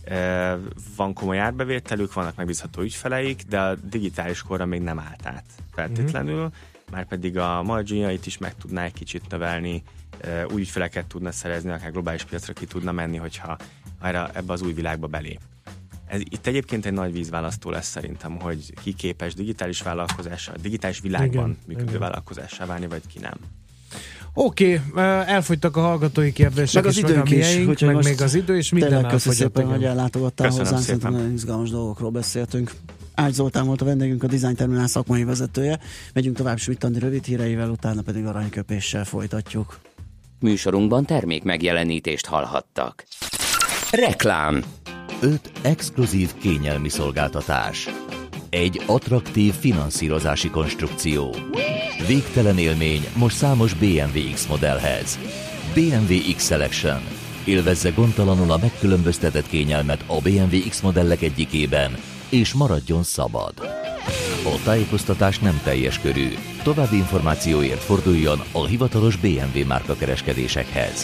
Speaker 7: van komoly árbevételük, vannak megbízható ügyfeleik, de a digitális korra még nem állt át feltétlenül, uh-huh. már pedig a marginjait is meg tudná egy kicsit növelni, új ügyfeleket tudna szerezni, akár globális piacra ki tudna menni, hogyha erre, ebbe az új világba belép. Ez, itt egyébként egy nagy vízválasztó lesz szerintem, hogy ki képes digitális vállalkozással, digitális világban igen, működő igen. vállalkozássá válni, vagy ki nem.
Speaker 6: Oké, okay, elfogytak a hallgatói kérdések,
Speaker 5: meg az
Speaker 6: és
Speaker 5: időnk
Speaker 6: meg a mieink,
Speaker 5: is,
Speaker 6: meg még az idő, és minden elfogyott.
Speaker 5: Köszönöm szépen, hogy ellátogattál hozzánk, szerintem nagyon izgalmas dolgokról beszéltünk. Ágy Zoltán volt a vendégünk, a Design Terminál szakmai vezetője. Megyünk tovább Schmidt-Andi rövid híreivel, utána pedig aranyköpéssel folytatjuk.
Speaker 2: Műsorunkban termék megjelenítést hallhattak. Reklám.
Speaker 10: öt exkluzív kényelmi szolgáltatás. Egy attraktív finanszírozási konstrukció. Végtelen élmény most számos bé em vé X modellhez. bé em vé X Selection. Élvezze gondtalanul a megkülönböztetett kényelmet a bé em vé X modellek egyikében, és maradjon szabad. A tájékoztatás nem teljes körű. További információért forduljon a hivatalos bé em vé márka kereskedésekhez.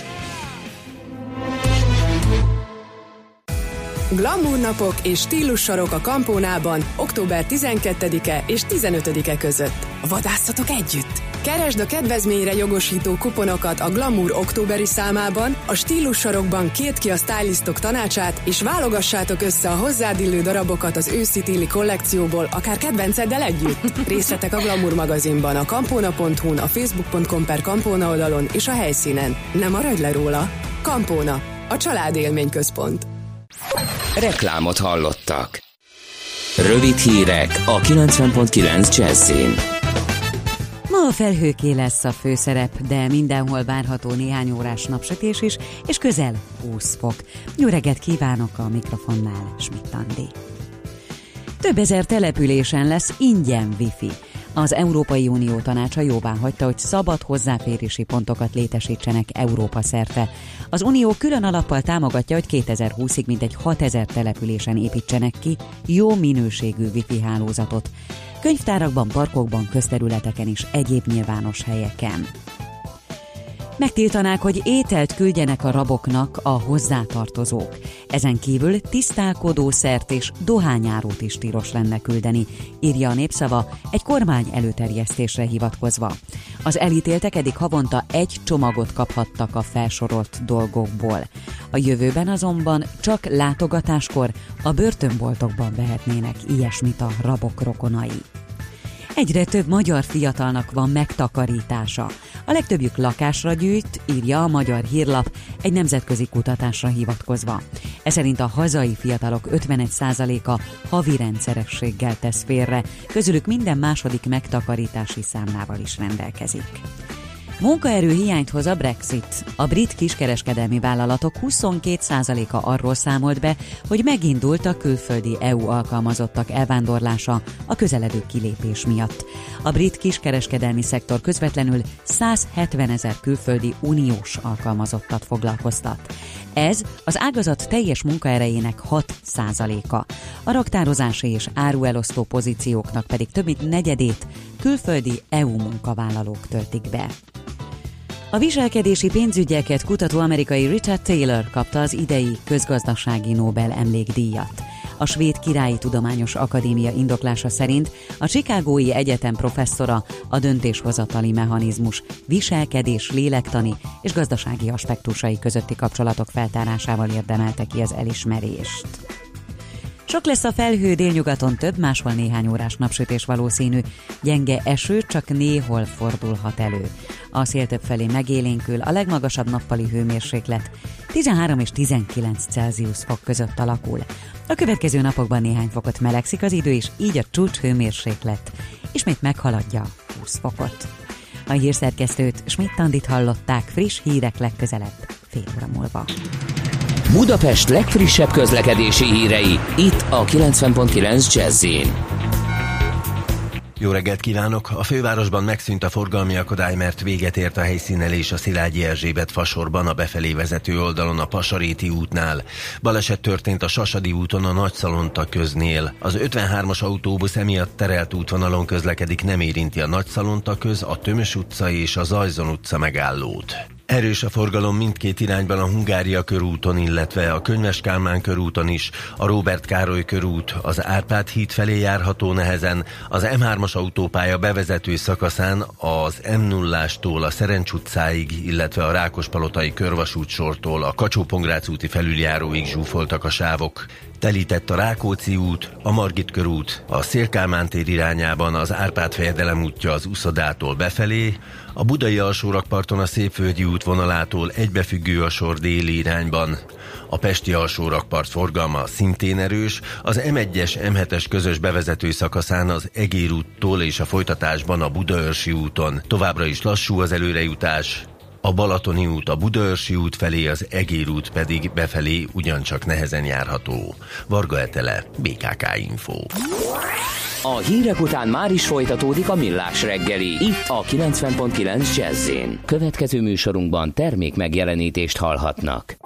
Speaker 11: Glamour napok és stílussarok a Campónában október tizenkettedike és tizenötödike között. Vadászatok együtt! Keresd a kedvezményre jogosító kuponokat a Glamour októberi számában, a stílussarokban két ki a stylistok tanácsát, és válogassátok össze a hozzád illő darabokat az őszi-téli kollekcióból, akár kedvenceddel együtt. Részletek a Glamour magazinban, a campona pont hu-n, a facebook pont com per Campona oldalon és a helyszínen. Ne maradj le róla! Campona, a család élményközpont.
Speaker 2: Reklámot hallottak. Rövid hírek a kilencven pont kilenc Jazzin.
Speaker 1: Ma a felhőké lesz a főszerep, de mindenhol várható néhány órás napsütés is, és közel húsz fok. Jó reggelt kívánok, a mikrofonnál Schmidt-Andi. Több ezer településen lesz ingyen wifi. Az Európai Unió tanácsa jóváhagyta, hogy szabad hozzáférési pontokat létesítsenek Európa szerte. Az Unió külön alappal támogatja, hogy kétezer-húszig mintegy hatezer településen építsenek ki jó minőségű wifi hálózatot. Könyvtárakban, parkokban, közterületeken és egyéb nyilvános helyeken. Megtiltanák, hogy ételt küldjenek a raboknak a hozzátartozók. Ezen kívül tisztálkodószert és dohányárót is tilos lenne küldeni, írja a Népszava egy kormány előterjesztésre hivatkozva. Az elítéltek eddig havonta egy csomagot kaphattak a felsorolt dolgokból. A jövőben azonban csak látogatáskor a börtönboltokban vehetnének ilyesmit a rabok rokonai. Egyre több magyar fiatalnak van megtakarítása. A legtöbbjük lakásra gyűjt, írja a Magyar Hírlap egy nemzetközi kutatásra hivatkozva. Ez szerint a hazai fiatalok ötvenegy százaléka havi rendszerességgel tesz félre, közülük minden második megtakarítási számlával is rendelkezik. Munkaerő hiányt hoz a Brexit. A brit kiskereskedelmi vállalatok huszonkét százaléka arról számolt be, hogy megindult a külföldi é u alkalmazottak elvándorlása a közeledő kilépés miatt. A brit kiskereskedelmi szektor közvetlenül százhetvenezer külföldi uniós alkalmazottat foglalkoztat. Ez az ágazat teljes munkaerejének hat százaléka. A raktározási és áruelosztó pozícióknak pedig több mint negyedét külföldi é u munkavállalók töltik be. A viselkedési pénzügyeket kutató amerikai Richard Taylor kapta az idei közgazdasági Nobel emlékdíjat. A Svéd Királyi Tudományos Akadémia indoklása szerint a Chicagói Egyetem professzora a döntéshozatali mechanizmus, viselkedés, lélektani és gazdasági aspektusai közötti kapcsolatok feltárásával érdemelte ki az elismerést. Sok lesz a felhő, délnyugaton több, máshol néhány órás napsütés valószínű, gyenge eső csak néhol fordulhat elő. A szél többfelé megélénkül, a legmagasabb nappali hőmérséklet tizenhárom és tizenkilenc Celsius fok között alakul. A következő napokban néhány fokot melegszik az idő, és így a csúcs hőmérséklet ismét meghaladja húsz fokot. A hírszerkesztőt, Schmidt-Andit hallották, friss hírek legközelebb fél óra múlva.
Speaker 2: Budapest legfrissebb közlekedési hírei, itt a kilencven pont kilenc Jazz-in.
Speaker 12: Jó reggelt kívánok! A fővárosban megszűnt a forgalmi akadály, mert véget ért a helyszínelés a Szilágyi Erzsébet fasorban, a befelé vezető oldalon a Pasaréti útnál. Baleset történt a Sasadi úton a Nagyszalonta köznél. Az ötvenhármas autóbusz emiatt terelt útvonalon közlekedik, nem érinti a Nagyszalonta köz, a Tömös utca és a Zajzon utca megállót. Erős a forgalom mindkét irányban a Hungária körúton, illetve a Könyves Kálmán körúton is, a Róbert Károly körút, az Árpád híd felé járható nehezen, az em hármas autópálya bevezető szakaszán az em nullástól a Szerencs utcáig, illetve a Rákospalotai körvasút sortól a Kacsó-Pongrác úti felüljáróig zsúfoltak a sávok. Telített a Rákóczi út, a Margit körút, a Széll-Kálmán tér irányában az Árpád-fejedelem útja az Uszodától befelé, a Budai alsórakparton a Szépvölgyi út vonalától egybefüggő a sor déli irányban. A Pesti alsórakpart forgalma szintén erős, az em egyes em hetes közös bevezető szakaszán az Egér úttól és a folytatásban a Budaörsi úton. Továbbra is lassú az előrejutás. A Balatoni út a Budaörsi út felé, az Egér út pedig befelé ugyancsak nehezen járható. Varga Etele, bé ká ká Info.
Speaker 2: A hírek után már is folytatódik a Millás reggeli, itt a kilencven pont kilenc Jazz-in. Következő műsorunkban termék megjelenítést hallhatnak.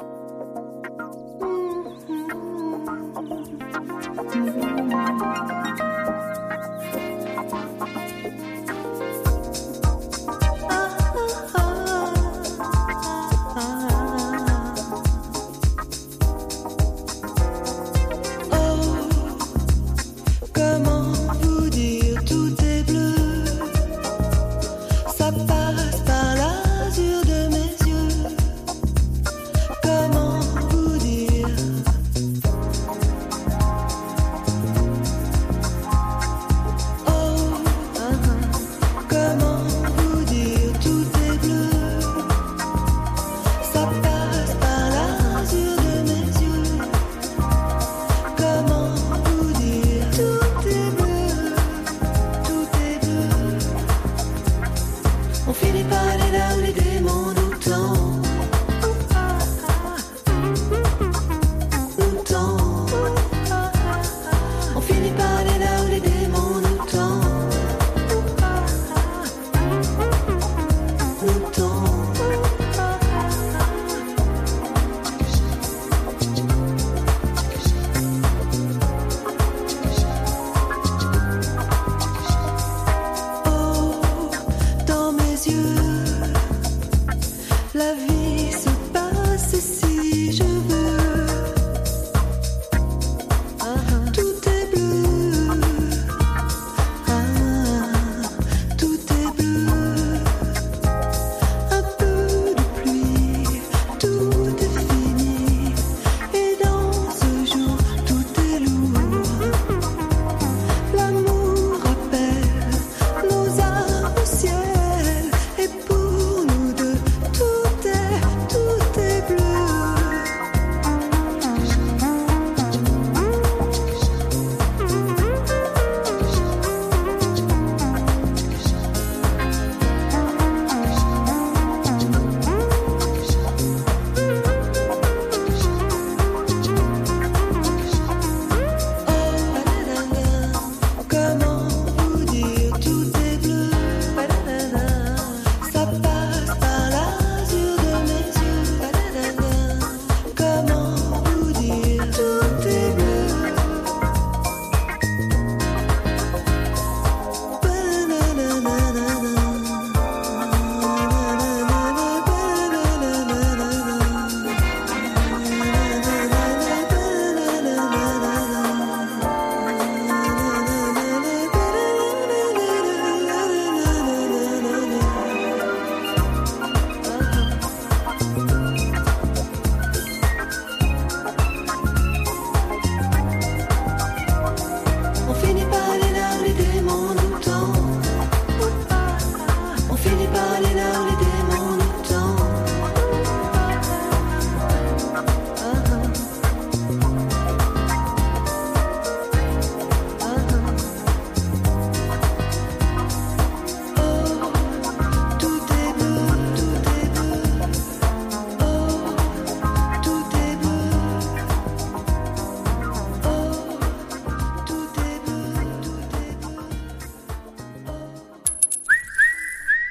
Speaker 13: Passe par l'azur de mes yeux, comme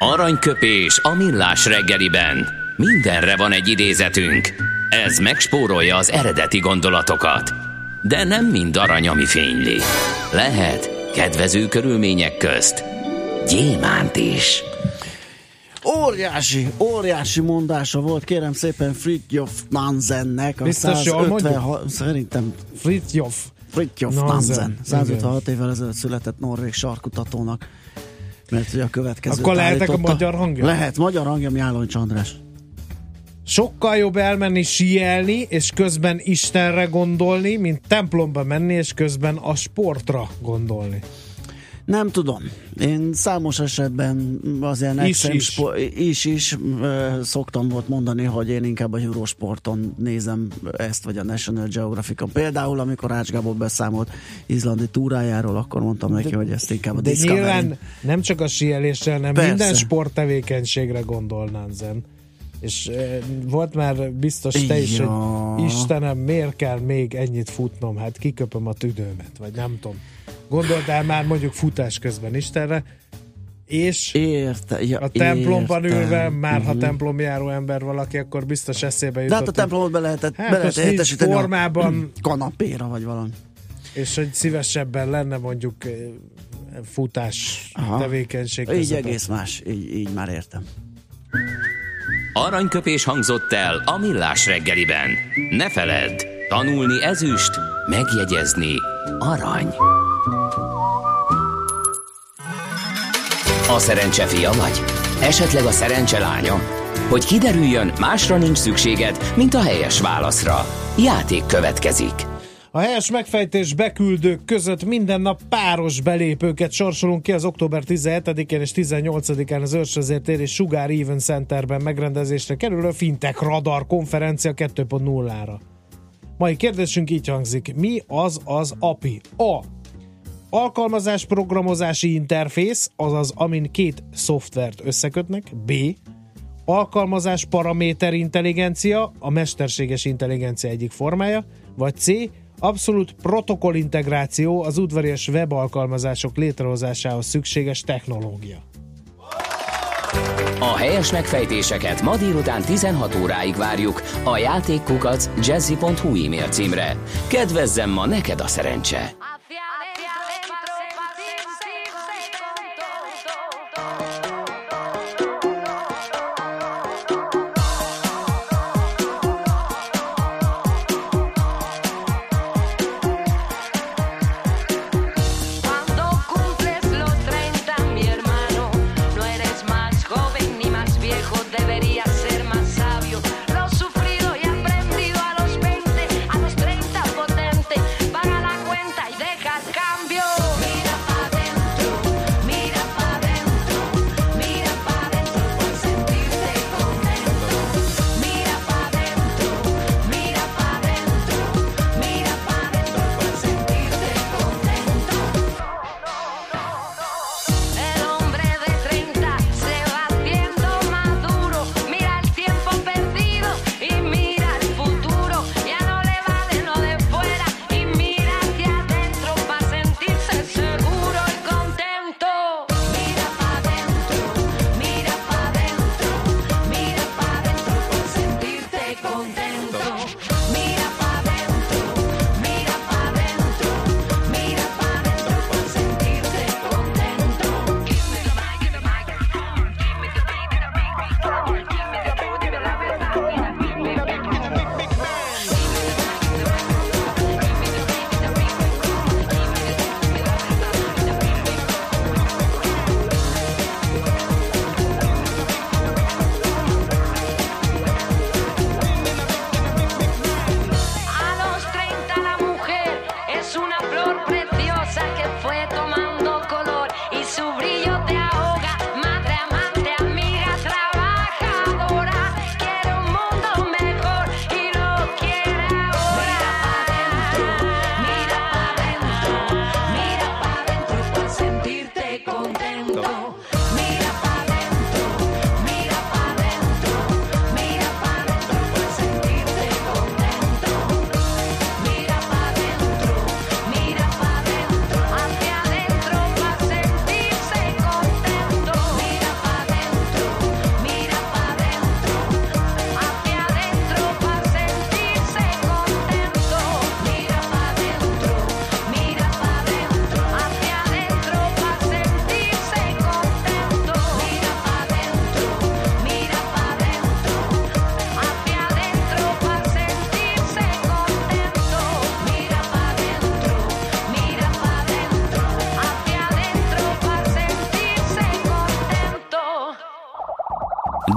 Speaker 2: Aranyköpés a millás reggeliben. Mindenre van egy idézetünk. Ez megspórolja az eredeti gondolatokat. De nem mind arany, ami fényli. Lehet kedvező körülmények közt gyémánt is.
Speaker 5: Óriási, óriási mondása volt, kérem szépen, Fridtjof Nansennek.
Speaker 6: Biztos jól mondjuk?
Speaker 5: Szerintem
Speaker 6: Fridtjof.
Speaker 5: Fridtjof Nansen. száz ötvenhat évvel ezelőtt született norvég sarkutatónak. Mert ugye a következő
Speaker 6: akkor lehetek a magyar hangja?
Speaker 5: Lehet, magyar hangja, Miálloncs András.
Speaker 6: Sokkal jobb elmenni síelni, és közben Istenre gondolni, mint templomba menni, és közben a sportra gondolni.
Speaker 5: Nem tudom. Én számos esetben az ilyen
Speaker 6: is is.
Speaker 5: Spo- is, is uh, szoktam volt mondani, hogy én inkább a Eurosporton nézem ezt, vagy a National Geographicon. Például, amikor Ács Gábor beszámolt izlandi túrájáról, akkor mondtam neki, de, hogy ezt inkább a Discovery.
Speaker 6: De nyilván nem csak a síeléssel, hanem
Speaker 5: persze.
Speaker 6: Minden sporttevékenységre gondol Nansen. És e, volt már biztos te
Speaker 5: ja.
Speaker 6: is, hogy Istenem, miért kell még ennyit futnom? Hát kiköpöm a tüdőmet, vagy nem tudom. Gondoltál már mondjuk futás közben Istenre, és
Speaker 5: érte, ja,
Speaker 6: a templomban
Speaker 5: érte.
Speaker 6: ülve, már
Speaker 5: uh-huh.
Speaker 6: ha templomjáró ember valaki, akkor biztos eszébe jutott.
Speaker 5: De hát a templomot be lehetett,
Speaker 6: hát
Speaker 5: be lehet értesíteni
Speaker 6: formában,
Speaker 5: a kanapéra, vagy valami.
Speaker 6: És hogy szívesebben lenne mondjuk futás aha. tevékenység között.
Speaker 5: Így egész más, így, így már értem.
Speaker 2: Aranyköpés hangzott el a millás reggeliben. Ne feledd, tanulni ezüst, megjegyezni arany. A szerencse fia vagy? Esetleg a szerencse lánya? Hogy kiderüljön, másra nincs szükséged, mint a helyes válaszra. Játék következik.
Speaker 6: A helyes megfejtés beküldők között minden nap páros belépőket sorsolunk ki. Az október tizenhetedikén és tizennyolcadikán az Őrsvezértér és Sugár Even Centerben megrendezésre kerülő Fintech Radar konferencia kettő pont nullára. Mai kérdésünk így hangzik: mi az az á pé i? A. Alkalmazás programozási interfész, azaz amin két szoftvert összekötnek. B. Alkalmazás paraméter intelligencia, a mesterséges intelligencia egyik formája. Vagy C. Abszolút protokoll integráció, az udvarias webalkalmazások létrehozásához szükséges technológia.
Speaker 2: A helyes megfejtéseket ma délután tizenhat óráig várjuk a játékkukac jazzy pont hu e-mail címre. Kedvezzem ma neked a szerencse!
Speaker 8: Paga la cuenta y deja acá.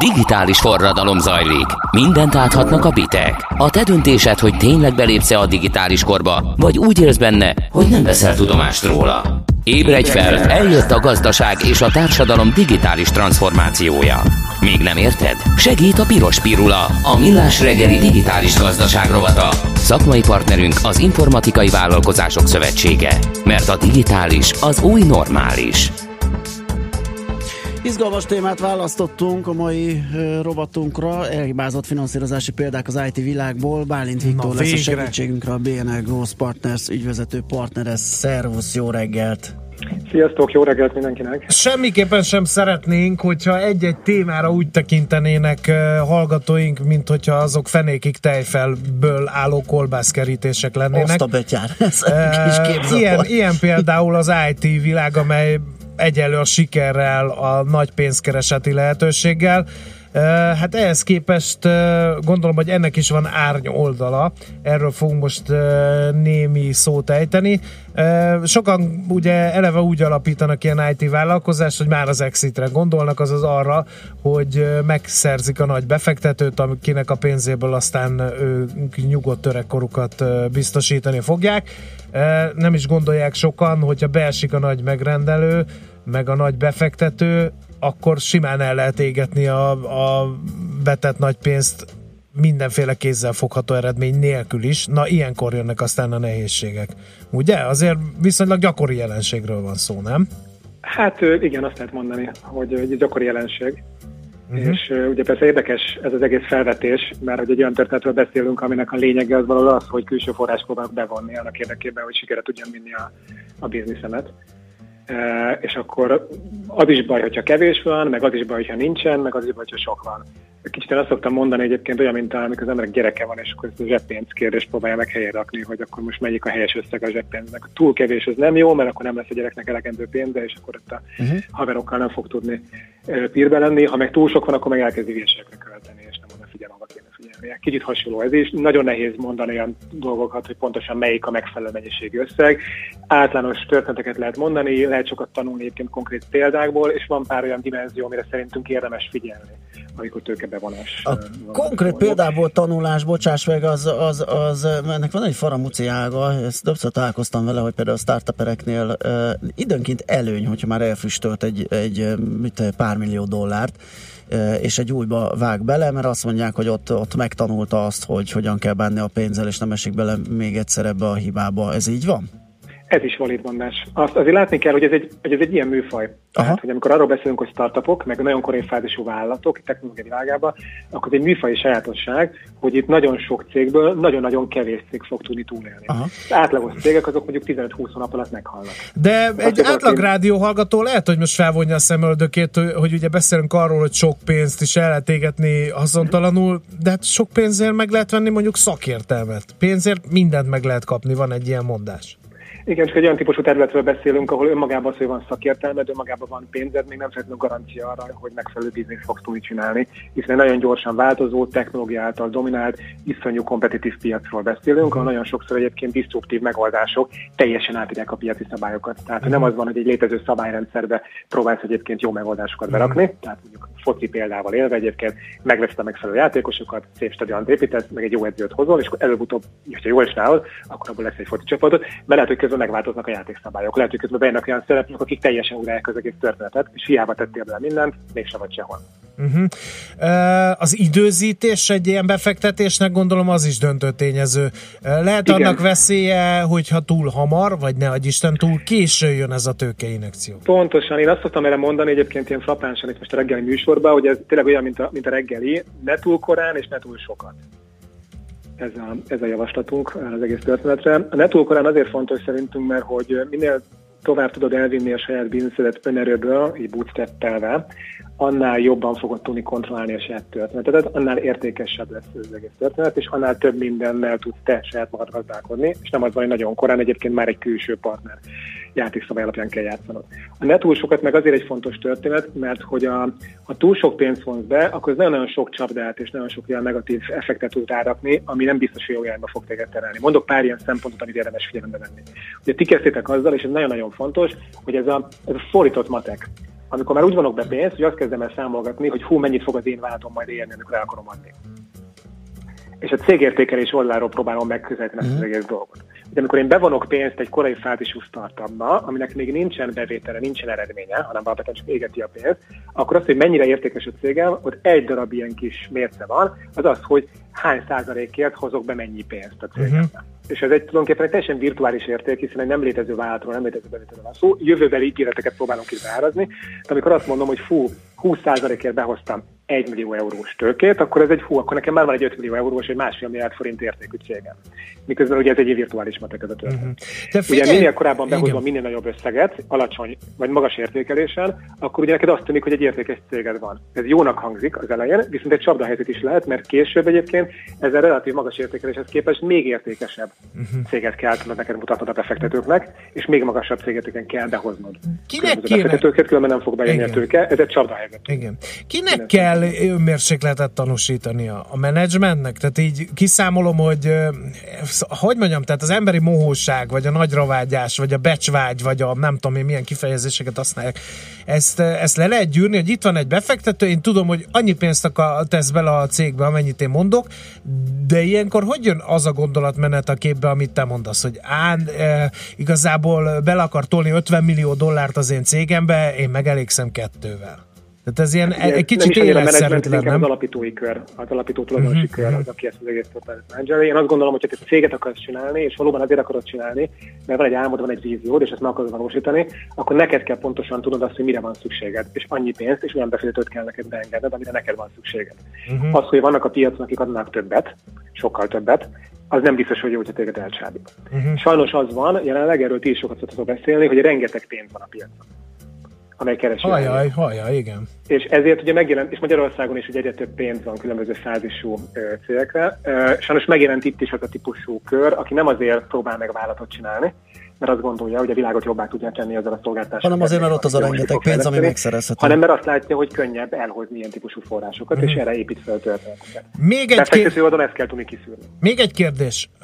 Speaker 2: Digitális forradalom zajlik. Mindent áthatnak a bitek. A te döntésed, hogy tényleg belépsz-e a digitális korba, vagy úgy élsz benne, hogy nem veszel tudomást róla. Ébredj fel, eljött a gazdaság és a társadalom digitális transformációja. Még nem érted? Segít a Piros Pirula, a Millás reggeli digitális gazdaság rovata. Szakmai partnerünk az Informatikai Vállalkozások Szövetsége. Mert a digitális az új normális.
Speaker 5: Izgalmas témát választottunk a mai uh, rovatunkra, elhibázott finanszírozási példák az i té világból. Bálint Viktor lesz a segítségünkre, a bé en el Growth Partners ügyvezető partnere. Szervusz, jó reggelt!
Speaker 13: Sziasztok, jó reggelt mindenkinek!
Speaker 6: Semmiképpen sem szeretnénk, hogyha egy-egy témára úgy tekintenének uh, hallgatóink, mint hogyha azok fenékig tejfelből álló kolbászkerítések lennének.
Speaker 5: Azt a betyár, ez uh, kis képzapor.
Speaker 6: Ilyen, ilyen például az i té világ, amely egyenlő a sikerrel, a nagy pénzkereseti lehetőséggel. Hát ehhez képest gondolom, hogy ennek is van árny oldala. Erről fogunk most némi szót ejteni. Sokan ugye eleve úgy alapítanak ilyen i té vállalkozást, hogy már az exitre gondolnak, azaz arra, hogy megszerzik a nagy befektetőt, akinek a pénzéből aztán ők nyugodt öregkorukat biztosítani fogják. Nem is gondolják sokan, hogyha beesik a nagy megrendelő, meg a nagy befektető, akkor simán el lehet égetni a, a betett nagy pénzt mindenféle kézzel fogható eredmény nélkül is. Na, ilyenkor jönnek aztán a nehézségek. Ugye? Azért viszonylag gyakori jelenségről van szó, nem?
Speaker 13: Hát igen, azt lehet mondani, hogy egy gyakori jelenség. Uh-huh. És uh, ugye persze érdekes ez az egész felvetés, mert hogy egy olyan történetről beszélünk, aminek a lényege az valahol az, hogy külső forrás próbálok bevonni annak érdekében, hogy sikere tudjam vinni a, a bizniszemet. Uh, és akkor az is baj, hogyha kevés van, meg az is baj, hogyha nincsen, meg az is baj, hogyha sok van. Kicsit én azt szoktam mondani egyébként olyan, mint amikor az emberek gyereke van, és akkor ezt a zseppénz kérdést próbálja meg helyére rakni, hogy akkor most melyik a helyes összeg a zseppénznek. Túl kevés az nem jó, mert akkor nem lesz a gyereknek elegendő pénze, és akkor ott a uh-huh. haverokkal nem fog tudni uh, pírbe lenni. Ha meg túl sok van, akkor meg elkezdi hülyeségekre költeni, és nem oda figyel, ahova kéne figyelni. Kicsit hasonló ez is. Nagyon nehéz mondani olyan dolgokat, hogy pontosan melyik a megfelelő mennyiségű összeg. Általános történeteket lehet mondani, lehet sokat tanulni egyébként konkrét példákból, és van pár olyan dimenzió, amire szerintünk érdemes figyelni, amikor tőkebevonás.
Speaker 5: A konkrét példából tanulás, bocsáss meg, az, az, az, ennek van egy faramúci ága, ezt többször találkoztam vele, hogy például a startupereknél uh, időnként előny, hogyha már elfüstölt egy, egy mit, pár millió dollárt, uh, és egy újba vág bele, mert azt mondják, hogy ott, ott megtanulta azt, hogy hogyan kell bánni a pénzzel, és nem esik bele még egyszer ebbe a hibába. Ez így van?
Speaker 13: Ez is valid mondás. Azt azért látni kell, hogy ez egy, hogy ez egy ilyen műfaj. Tehát, hogy amikor arról beszélünk, hogy startupok, meg nagyon korai fázisú vállalatok technológiai világában, akkor ez egy műfaj sajátosság, hogy itt nagyon sok cégből nagyon-nagyon kevés cég fog tudni túlélni. Aha. Az átlagos cégek azok mondjuk tizenöt-húsz hónap alatt meghalnak.
Speaker 6: De azt egy átlag én... rádióhallgató lehet, hogy most felvonja a szemöldökét, hogy ugye beszélünk arról, hogy sok pénzt is el lehet égetni haszontalanul, de hát sok pénzért meg lehet venni mondjuk szakértelmet. Pénzért mindent meg lehet kapni, van egy ilyen mondás.
Speaker 13: Igen, csak egy olyan típusú területről beszélünk, ahol önmagában az, hogy van szakértelmed, önmagában van pénzed, még nem feltétlenül garancia arra, hogy megfelelő bizniszt fogsz tudni csinálni, hiszen nagyon gyorsan változó, technológia által dominált, iszonyú kompetitív piacról beszélünk, ahol nagyon sokszor egyébként disztruptív megoldások teljesen átírják a piaci szabályokat. Tehát nem az van, hogy egy létező szabályrendszerbe próbálsz egyébként jó megoldásokat berakni, tehát mondjuk foci példával élve egyébként megveszed a megfelelő játékosokat, szép stadiont építesz, meg egy jó edzőt hozol, és előbb-utóbb, ha jól csinálod, akkor abból lesz egy foci csapatot, mert lehet, hogy közben megváltoznak a játékszabályok. Lehet, hogy közben bejönnek olyan szereplők, akik teljesen újraják az egész történetet, és hiába tettél bele mindent, mégsem vagy sehol.
Speaker 6: Uh-huh. Uh, az időzítés egy ilyen befektetésnek gondolom az is döntő tényező. Uh, lehet Igen. annak veszélye, hogyha túl hamar, vagy ne adj Isten, túl későn jön ez a tőkeinjekció.
Speaker 13: Pontosan, én azt szoktam erre mondani egyébként ilyen frappánsan itt most a reggeli műsorban, hogy ez tényleg olyan, mint a, mint a reggeli, ne túl korán és ne túl sokat. Ez a, ez a javaslatunk az egész történetre. A ne túl korán azért fontos szerintünk, mert hogy minél tovább tudod elvinni a saját bizniszedet önerőből, így bootstrap-elve, annál jobban fogod tudni kontrollálni a saját történetet, annál értékesebb lesz az egész történet, és annál több mindennel tudsz te saját magad gazdálkodni, és nem az van, hogy nagyon korán egyébként már egy külső partner játékszabály alapján kell játszanod. A ne túl sokat meg azért egy fontos történet, mert hogy a, ha túl sok pénzt vonz be, akkor ez nagyon-nagyon sok csapdát és nagyon sok ilyen negatív effektet tud rárakni, ami nem biztos, hogy jó irányba fog téged terelni. Mondok pár ilyen szempontot, amit érdemes figyelembe venni. Ugye ti kezdtétek azzal, és ez nagyon-nagyon fontos, hogy ez a, ez a fordított matek. amikor már úgy vanok be pénzt, hogy azt kezdem el számolgatni, hogy hú, mennyit fog az én vállalatom majd érni, amikor el akarom adni. És a cégértékelés oldaláról próbálom megközelíteni ezt az egész dolgot. De amikor én bevonok pénzt egy korai fázisú startupba, aminek még nincsen bevétele, nincsen eredménye, hanem alapvetően csak égeti a pénzt, akkor az, hogy mennyire értékes a cégem, ott egy darab ilyen kis mérce van, az az, hogy hány százalékért hozok be mennyi pénzt a cégembe. Uh-huh. És ez egy tulajdonképpen egy teljesen virtuális érték, hiszen egy nem létező vállalatról, nem létező bevételről van szó, jövőbeli ígéreteket próbálunk ki beárazni, de amikor azt mondom, hogy fú, húsz százalékért behoztam egy millió eurós tőkét, akkor ez egy hú, akkor nekem már van egy öt millió eurós, egy másfél milliárd forint értékű cégem. Miközben ugye ez egy virtuális matek ez a történet. Uh-huh. Ugye minél korábban behozom minél nagyobb összeget, alacsony vagy magas értékelésen, akkor ugye neked azt tűnik, hogy egy értékes céged van. Ez jónak hangzik az elején, viszont egy csapdahelyzet is lehet, mert később egyébként ezzel relatív magas értékeléshez képest még értékesebb uh-huh. céget kell tudnod neked mutatnod a befektetőknek, és még magasabb cégeket kell behoznod.
Speaker 6: Kinek
Speaker 13: a befektetőket különben nem fog bejönni a tőke, ez egy csapdahelyzet.
Speaker 6: Igen. Kinek Kinek kell önmérsékletet tanúsítani a, a menedzsmentnek? Tehát így kiszámolom, hogy hogy mondjam, tehát az emberi mohóság, vagy a nagyravágyás, vagy a becsvágy, vagy a nem tudom én milyen kifejezéseket használják, ezt, ezt le lehet gyűrni, hogy itt van egy befektető, én tudom, hogy annyi pénzt akar, tesz bele a cégbe, amennyit én mondok, de ilyenkor hogy jön az a gondolatmenet a képbe, amit te mondasz, hogy á, e, igazából bele akar tolni ötven millió dollárt az én cégembe, én megelégszem kettővel. Tehát ez ilyen hát, egy kicsit életszerűtlen, nem?
Speaker 13: Az alapítói kör, az alapító tulajdonosi uh-huh, kör, az, aki ezt az egész menedzseri. Én azt gondolom, hogy ha te céget akarsz csinálni, és valóban azért akarod csinálni, mert van egy álmod, van egy víziód, és ezt meg akarod valósítani, akkor neked kell pontosan tudod azt, hogy mire van szükséged, és annyi pénzt, és olyan befektetőt kell neked beengedned, amire neked van szükséged. Uh-huh. Az, hogy vannak a piacon, akik adnak többet, sokkal többet, az nem biztos, hogy jó, hogy téged elcsábít. Uh-huh. Sajnos az van, jelenleg erről ti is sokat szoktatok beszélni, hogy rengeteg pénz van a piacon, amely keresi.
Speaker 6: Hajjaj, hajjaj, igen.
Speaker 13: És ezért ugye megjelent, és Magyarországon is ugye egyre több pénz van különböző fázisú ö, cégekre. Ö, sajnos megjelent itt is az a típusú kör, aki nem azért próbál meg vállalatot csinálni, mert azt gondolja, hogy a világot jobbá tudja tenni ezzel a szolgáltással.
Speaker 5: Hanem azért, mert ott az a rengeteg pénz, ami megszerezhető.
Speaker 13: Hanem mert azt látja, hogy könnyebb elhozni ilyen típusú forrásokat, uh-huh. és erre épít fel történeteket.
Speaker 6: Még egy
Speaker 13: kérdés. Oldalon ezt kell tudni kiszűrni.
Speaker 6: Még egy kérdés. Uh,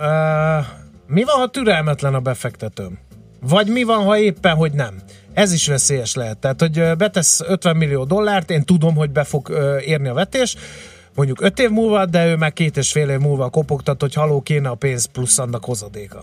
Speaker 6: mi van, ha türelmetlen a befektetőm? Vagy mi van, ha éppen, hogy nem? Ez is veszélyes lehet. Tehát, hogy betesz ötven millió dollárt, én tudom, hogy be fog érni a vetés, mondjuk öt év múlva, de ő már két és fél év múlva kopogtat, hogy haló, kéne a pénz plusz annak hozadéka.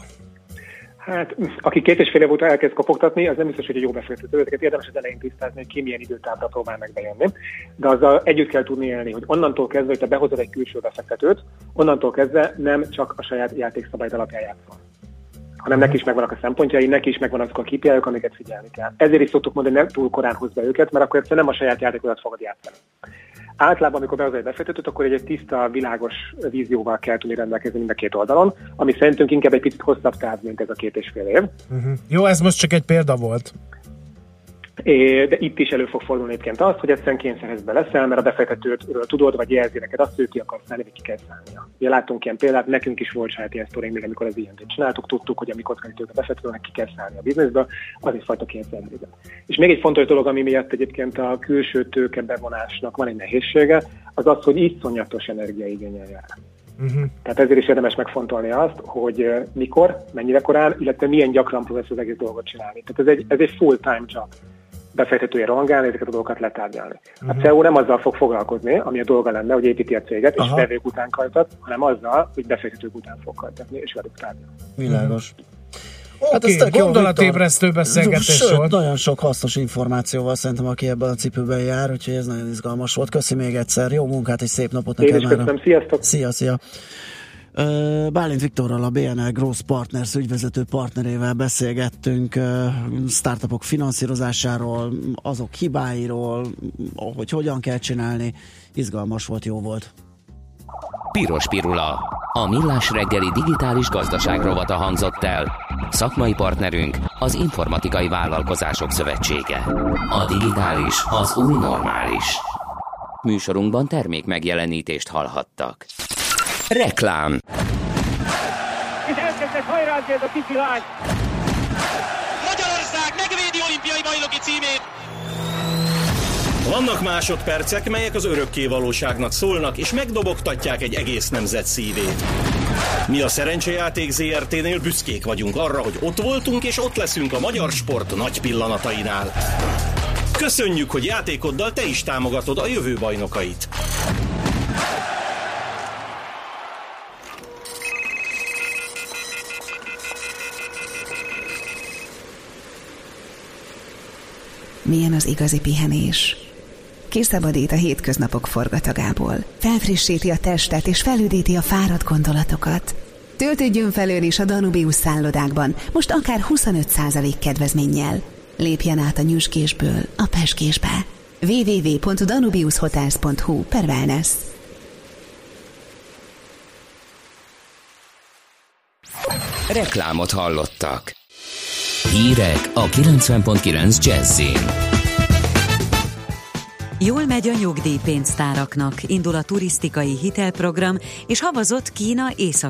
Speaker 13: Hát, aki két és fél év óta elkezd kopogtatni, az nem biztos, hogy egy jó befektető. Ezeket érdemes az elején tisztázni, hogy ki milyen időtávra próbál meg bejönni. De azzal együtt kell tudni élni, hogy onnantól kezdve, hogy te behozod egy külső befektetőt, onnantól kezdve nem csak a saját játékszabályt alapján játszol, hanem neki is megvannak a szempontjai, neki is megvan azok a ká pé í-ok, amiket figyelni kell. Ezért is szoktuk mondani, hogy nem túl korán hoz be őket, mert akkor egyszerűen nem a saját játékodat fogod játszani. Általában, amikor behozol egy befektetőt, akkor egy, egy tiszta, világos vízióval kell tudni rendelkezni mind a két oldalon, ami szerintünk inkább egy picit hosszabb táv, mint ez a két és fél év.
Speaker 6: Uh-huh. Jó, ez most csak egy példa volt.
Speaker 13: É, de itt is elő fog fordulni egyébként az, hogy egyszerűen kényszerhezbe leszel, mert a befektetőtről tudod, vagy jelzi neked azt, hogy ki akarsz szállni, vagy ki kell szállnia. Ugye látunk ilyen példát, nekünk is volt saját ilyen sztorink, még amikor az í en té-t csináltuk, tudtuk, hogy amikor a befektetőnek ki kell szállni a bizniszből, az egyfajta kényszerhezbe. És még egy fontos dolog, ami miatt egyébként a külső tőke bevonásnak van egy nehézsége, az az, hogy iszonyatos energiaigénnyel jár. Uh-huh. Tehát ezért is érdemes megfontolni azt, hogy mikor, mennyire korán, illetve milyen gyakran próbálsz az egész dolgot csinálni. Tehát ez egy, ez egy full-time job. Befektetője rohangálni, ezeket a dolgokat letárgyalni. Uh-huh. A cé e o nem azzal fog foglalkozni, ami a dolga lenne, hogy építi a céget, Aha. és vevők után kajtat, hanem azzal, hogy befektetők után fog kajtatni, és velük tárgyalni.
Speaker 5: Világos.
Speaker 6: Oké, okay, gondolatébresztő beszélgetés volt.
Speaker 5: Nagyon sok hasznos információval szerintem, aki ebben a cipőben jár, úgyhogy ez nagyon izgalmas volt. Köszi még egyszer, jó munkát és szép napot neked.
Speaker 13: Én is köszönöm, sziasztok!
Speaker 5: Szia, szia! Bálint Viktorral, a bé en el Growth Partners ügyvezető partnerével beszélgettünk startupok finanszírozásáról, azok hibáiról, hogy hogyan kell csinálni. Izgalmas volt, jó volt.
Speaker 2: Piros Pirula, a millás reggeli digitális gazdaság rovata hangzott el. Szakmai partnerünk az Informatikai Vállalkozások Szövetsége. A digitális az új normális. Műsorunkban termék megjelenítést hallhattak. Reklám.
Speaker 14: És elkezdett hajrázni ez a kicsi lány. Magyarország megvédi olimpiai bajnoki címét.
Speaker 15: Vannak másodpercek, melyek az örökké valóságnak szólnak, és megdobogtatják egy egész nemzet szívét. Mi a Szerencsejáték zé er té-nél büszkék vagyunk arra, hogy ott voltunk, és ott leszünk a magyar sport nagy pillanatainál. Köszönjük, hogy játékoddal te is támogatod a jövő bajnokait.
Speaker 16: Milyen az igazi pihenés? Kiszabadít a hétköznapok forgatagából, felfrissíti a testet és felüdíti a fáradt gondolatokat. Töltődjön felől is a Danubius szállodákban, most akár huszonöt százalék kedvezménnyel. Lépjen át a nyüskésből a peskésbe. double-u double-u double-u pont danubius hotels pont hu per wellness.
Speaker 2: Reklámot hallottak. Hírek a kilencven pont kilenc Jazzin.
Speaker 1: Jól megy a nyugdíjpénztáraknak, indul a turisztikai hitelprogram, és havazott Kína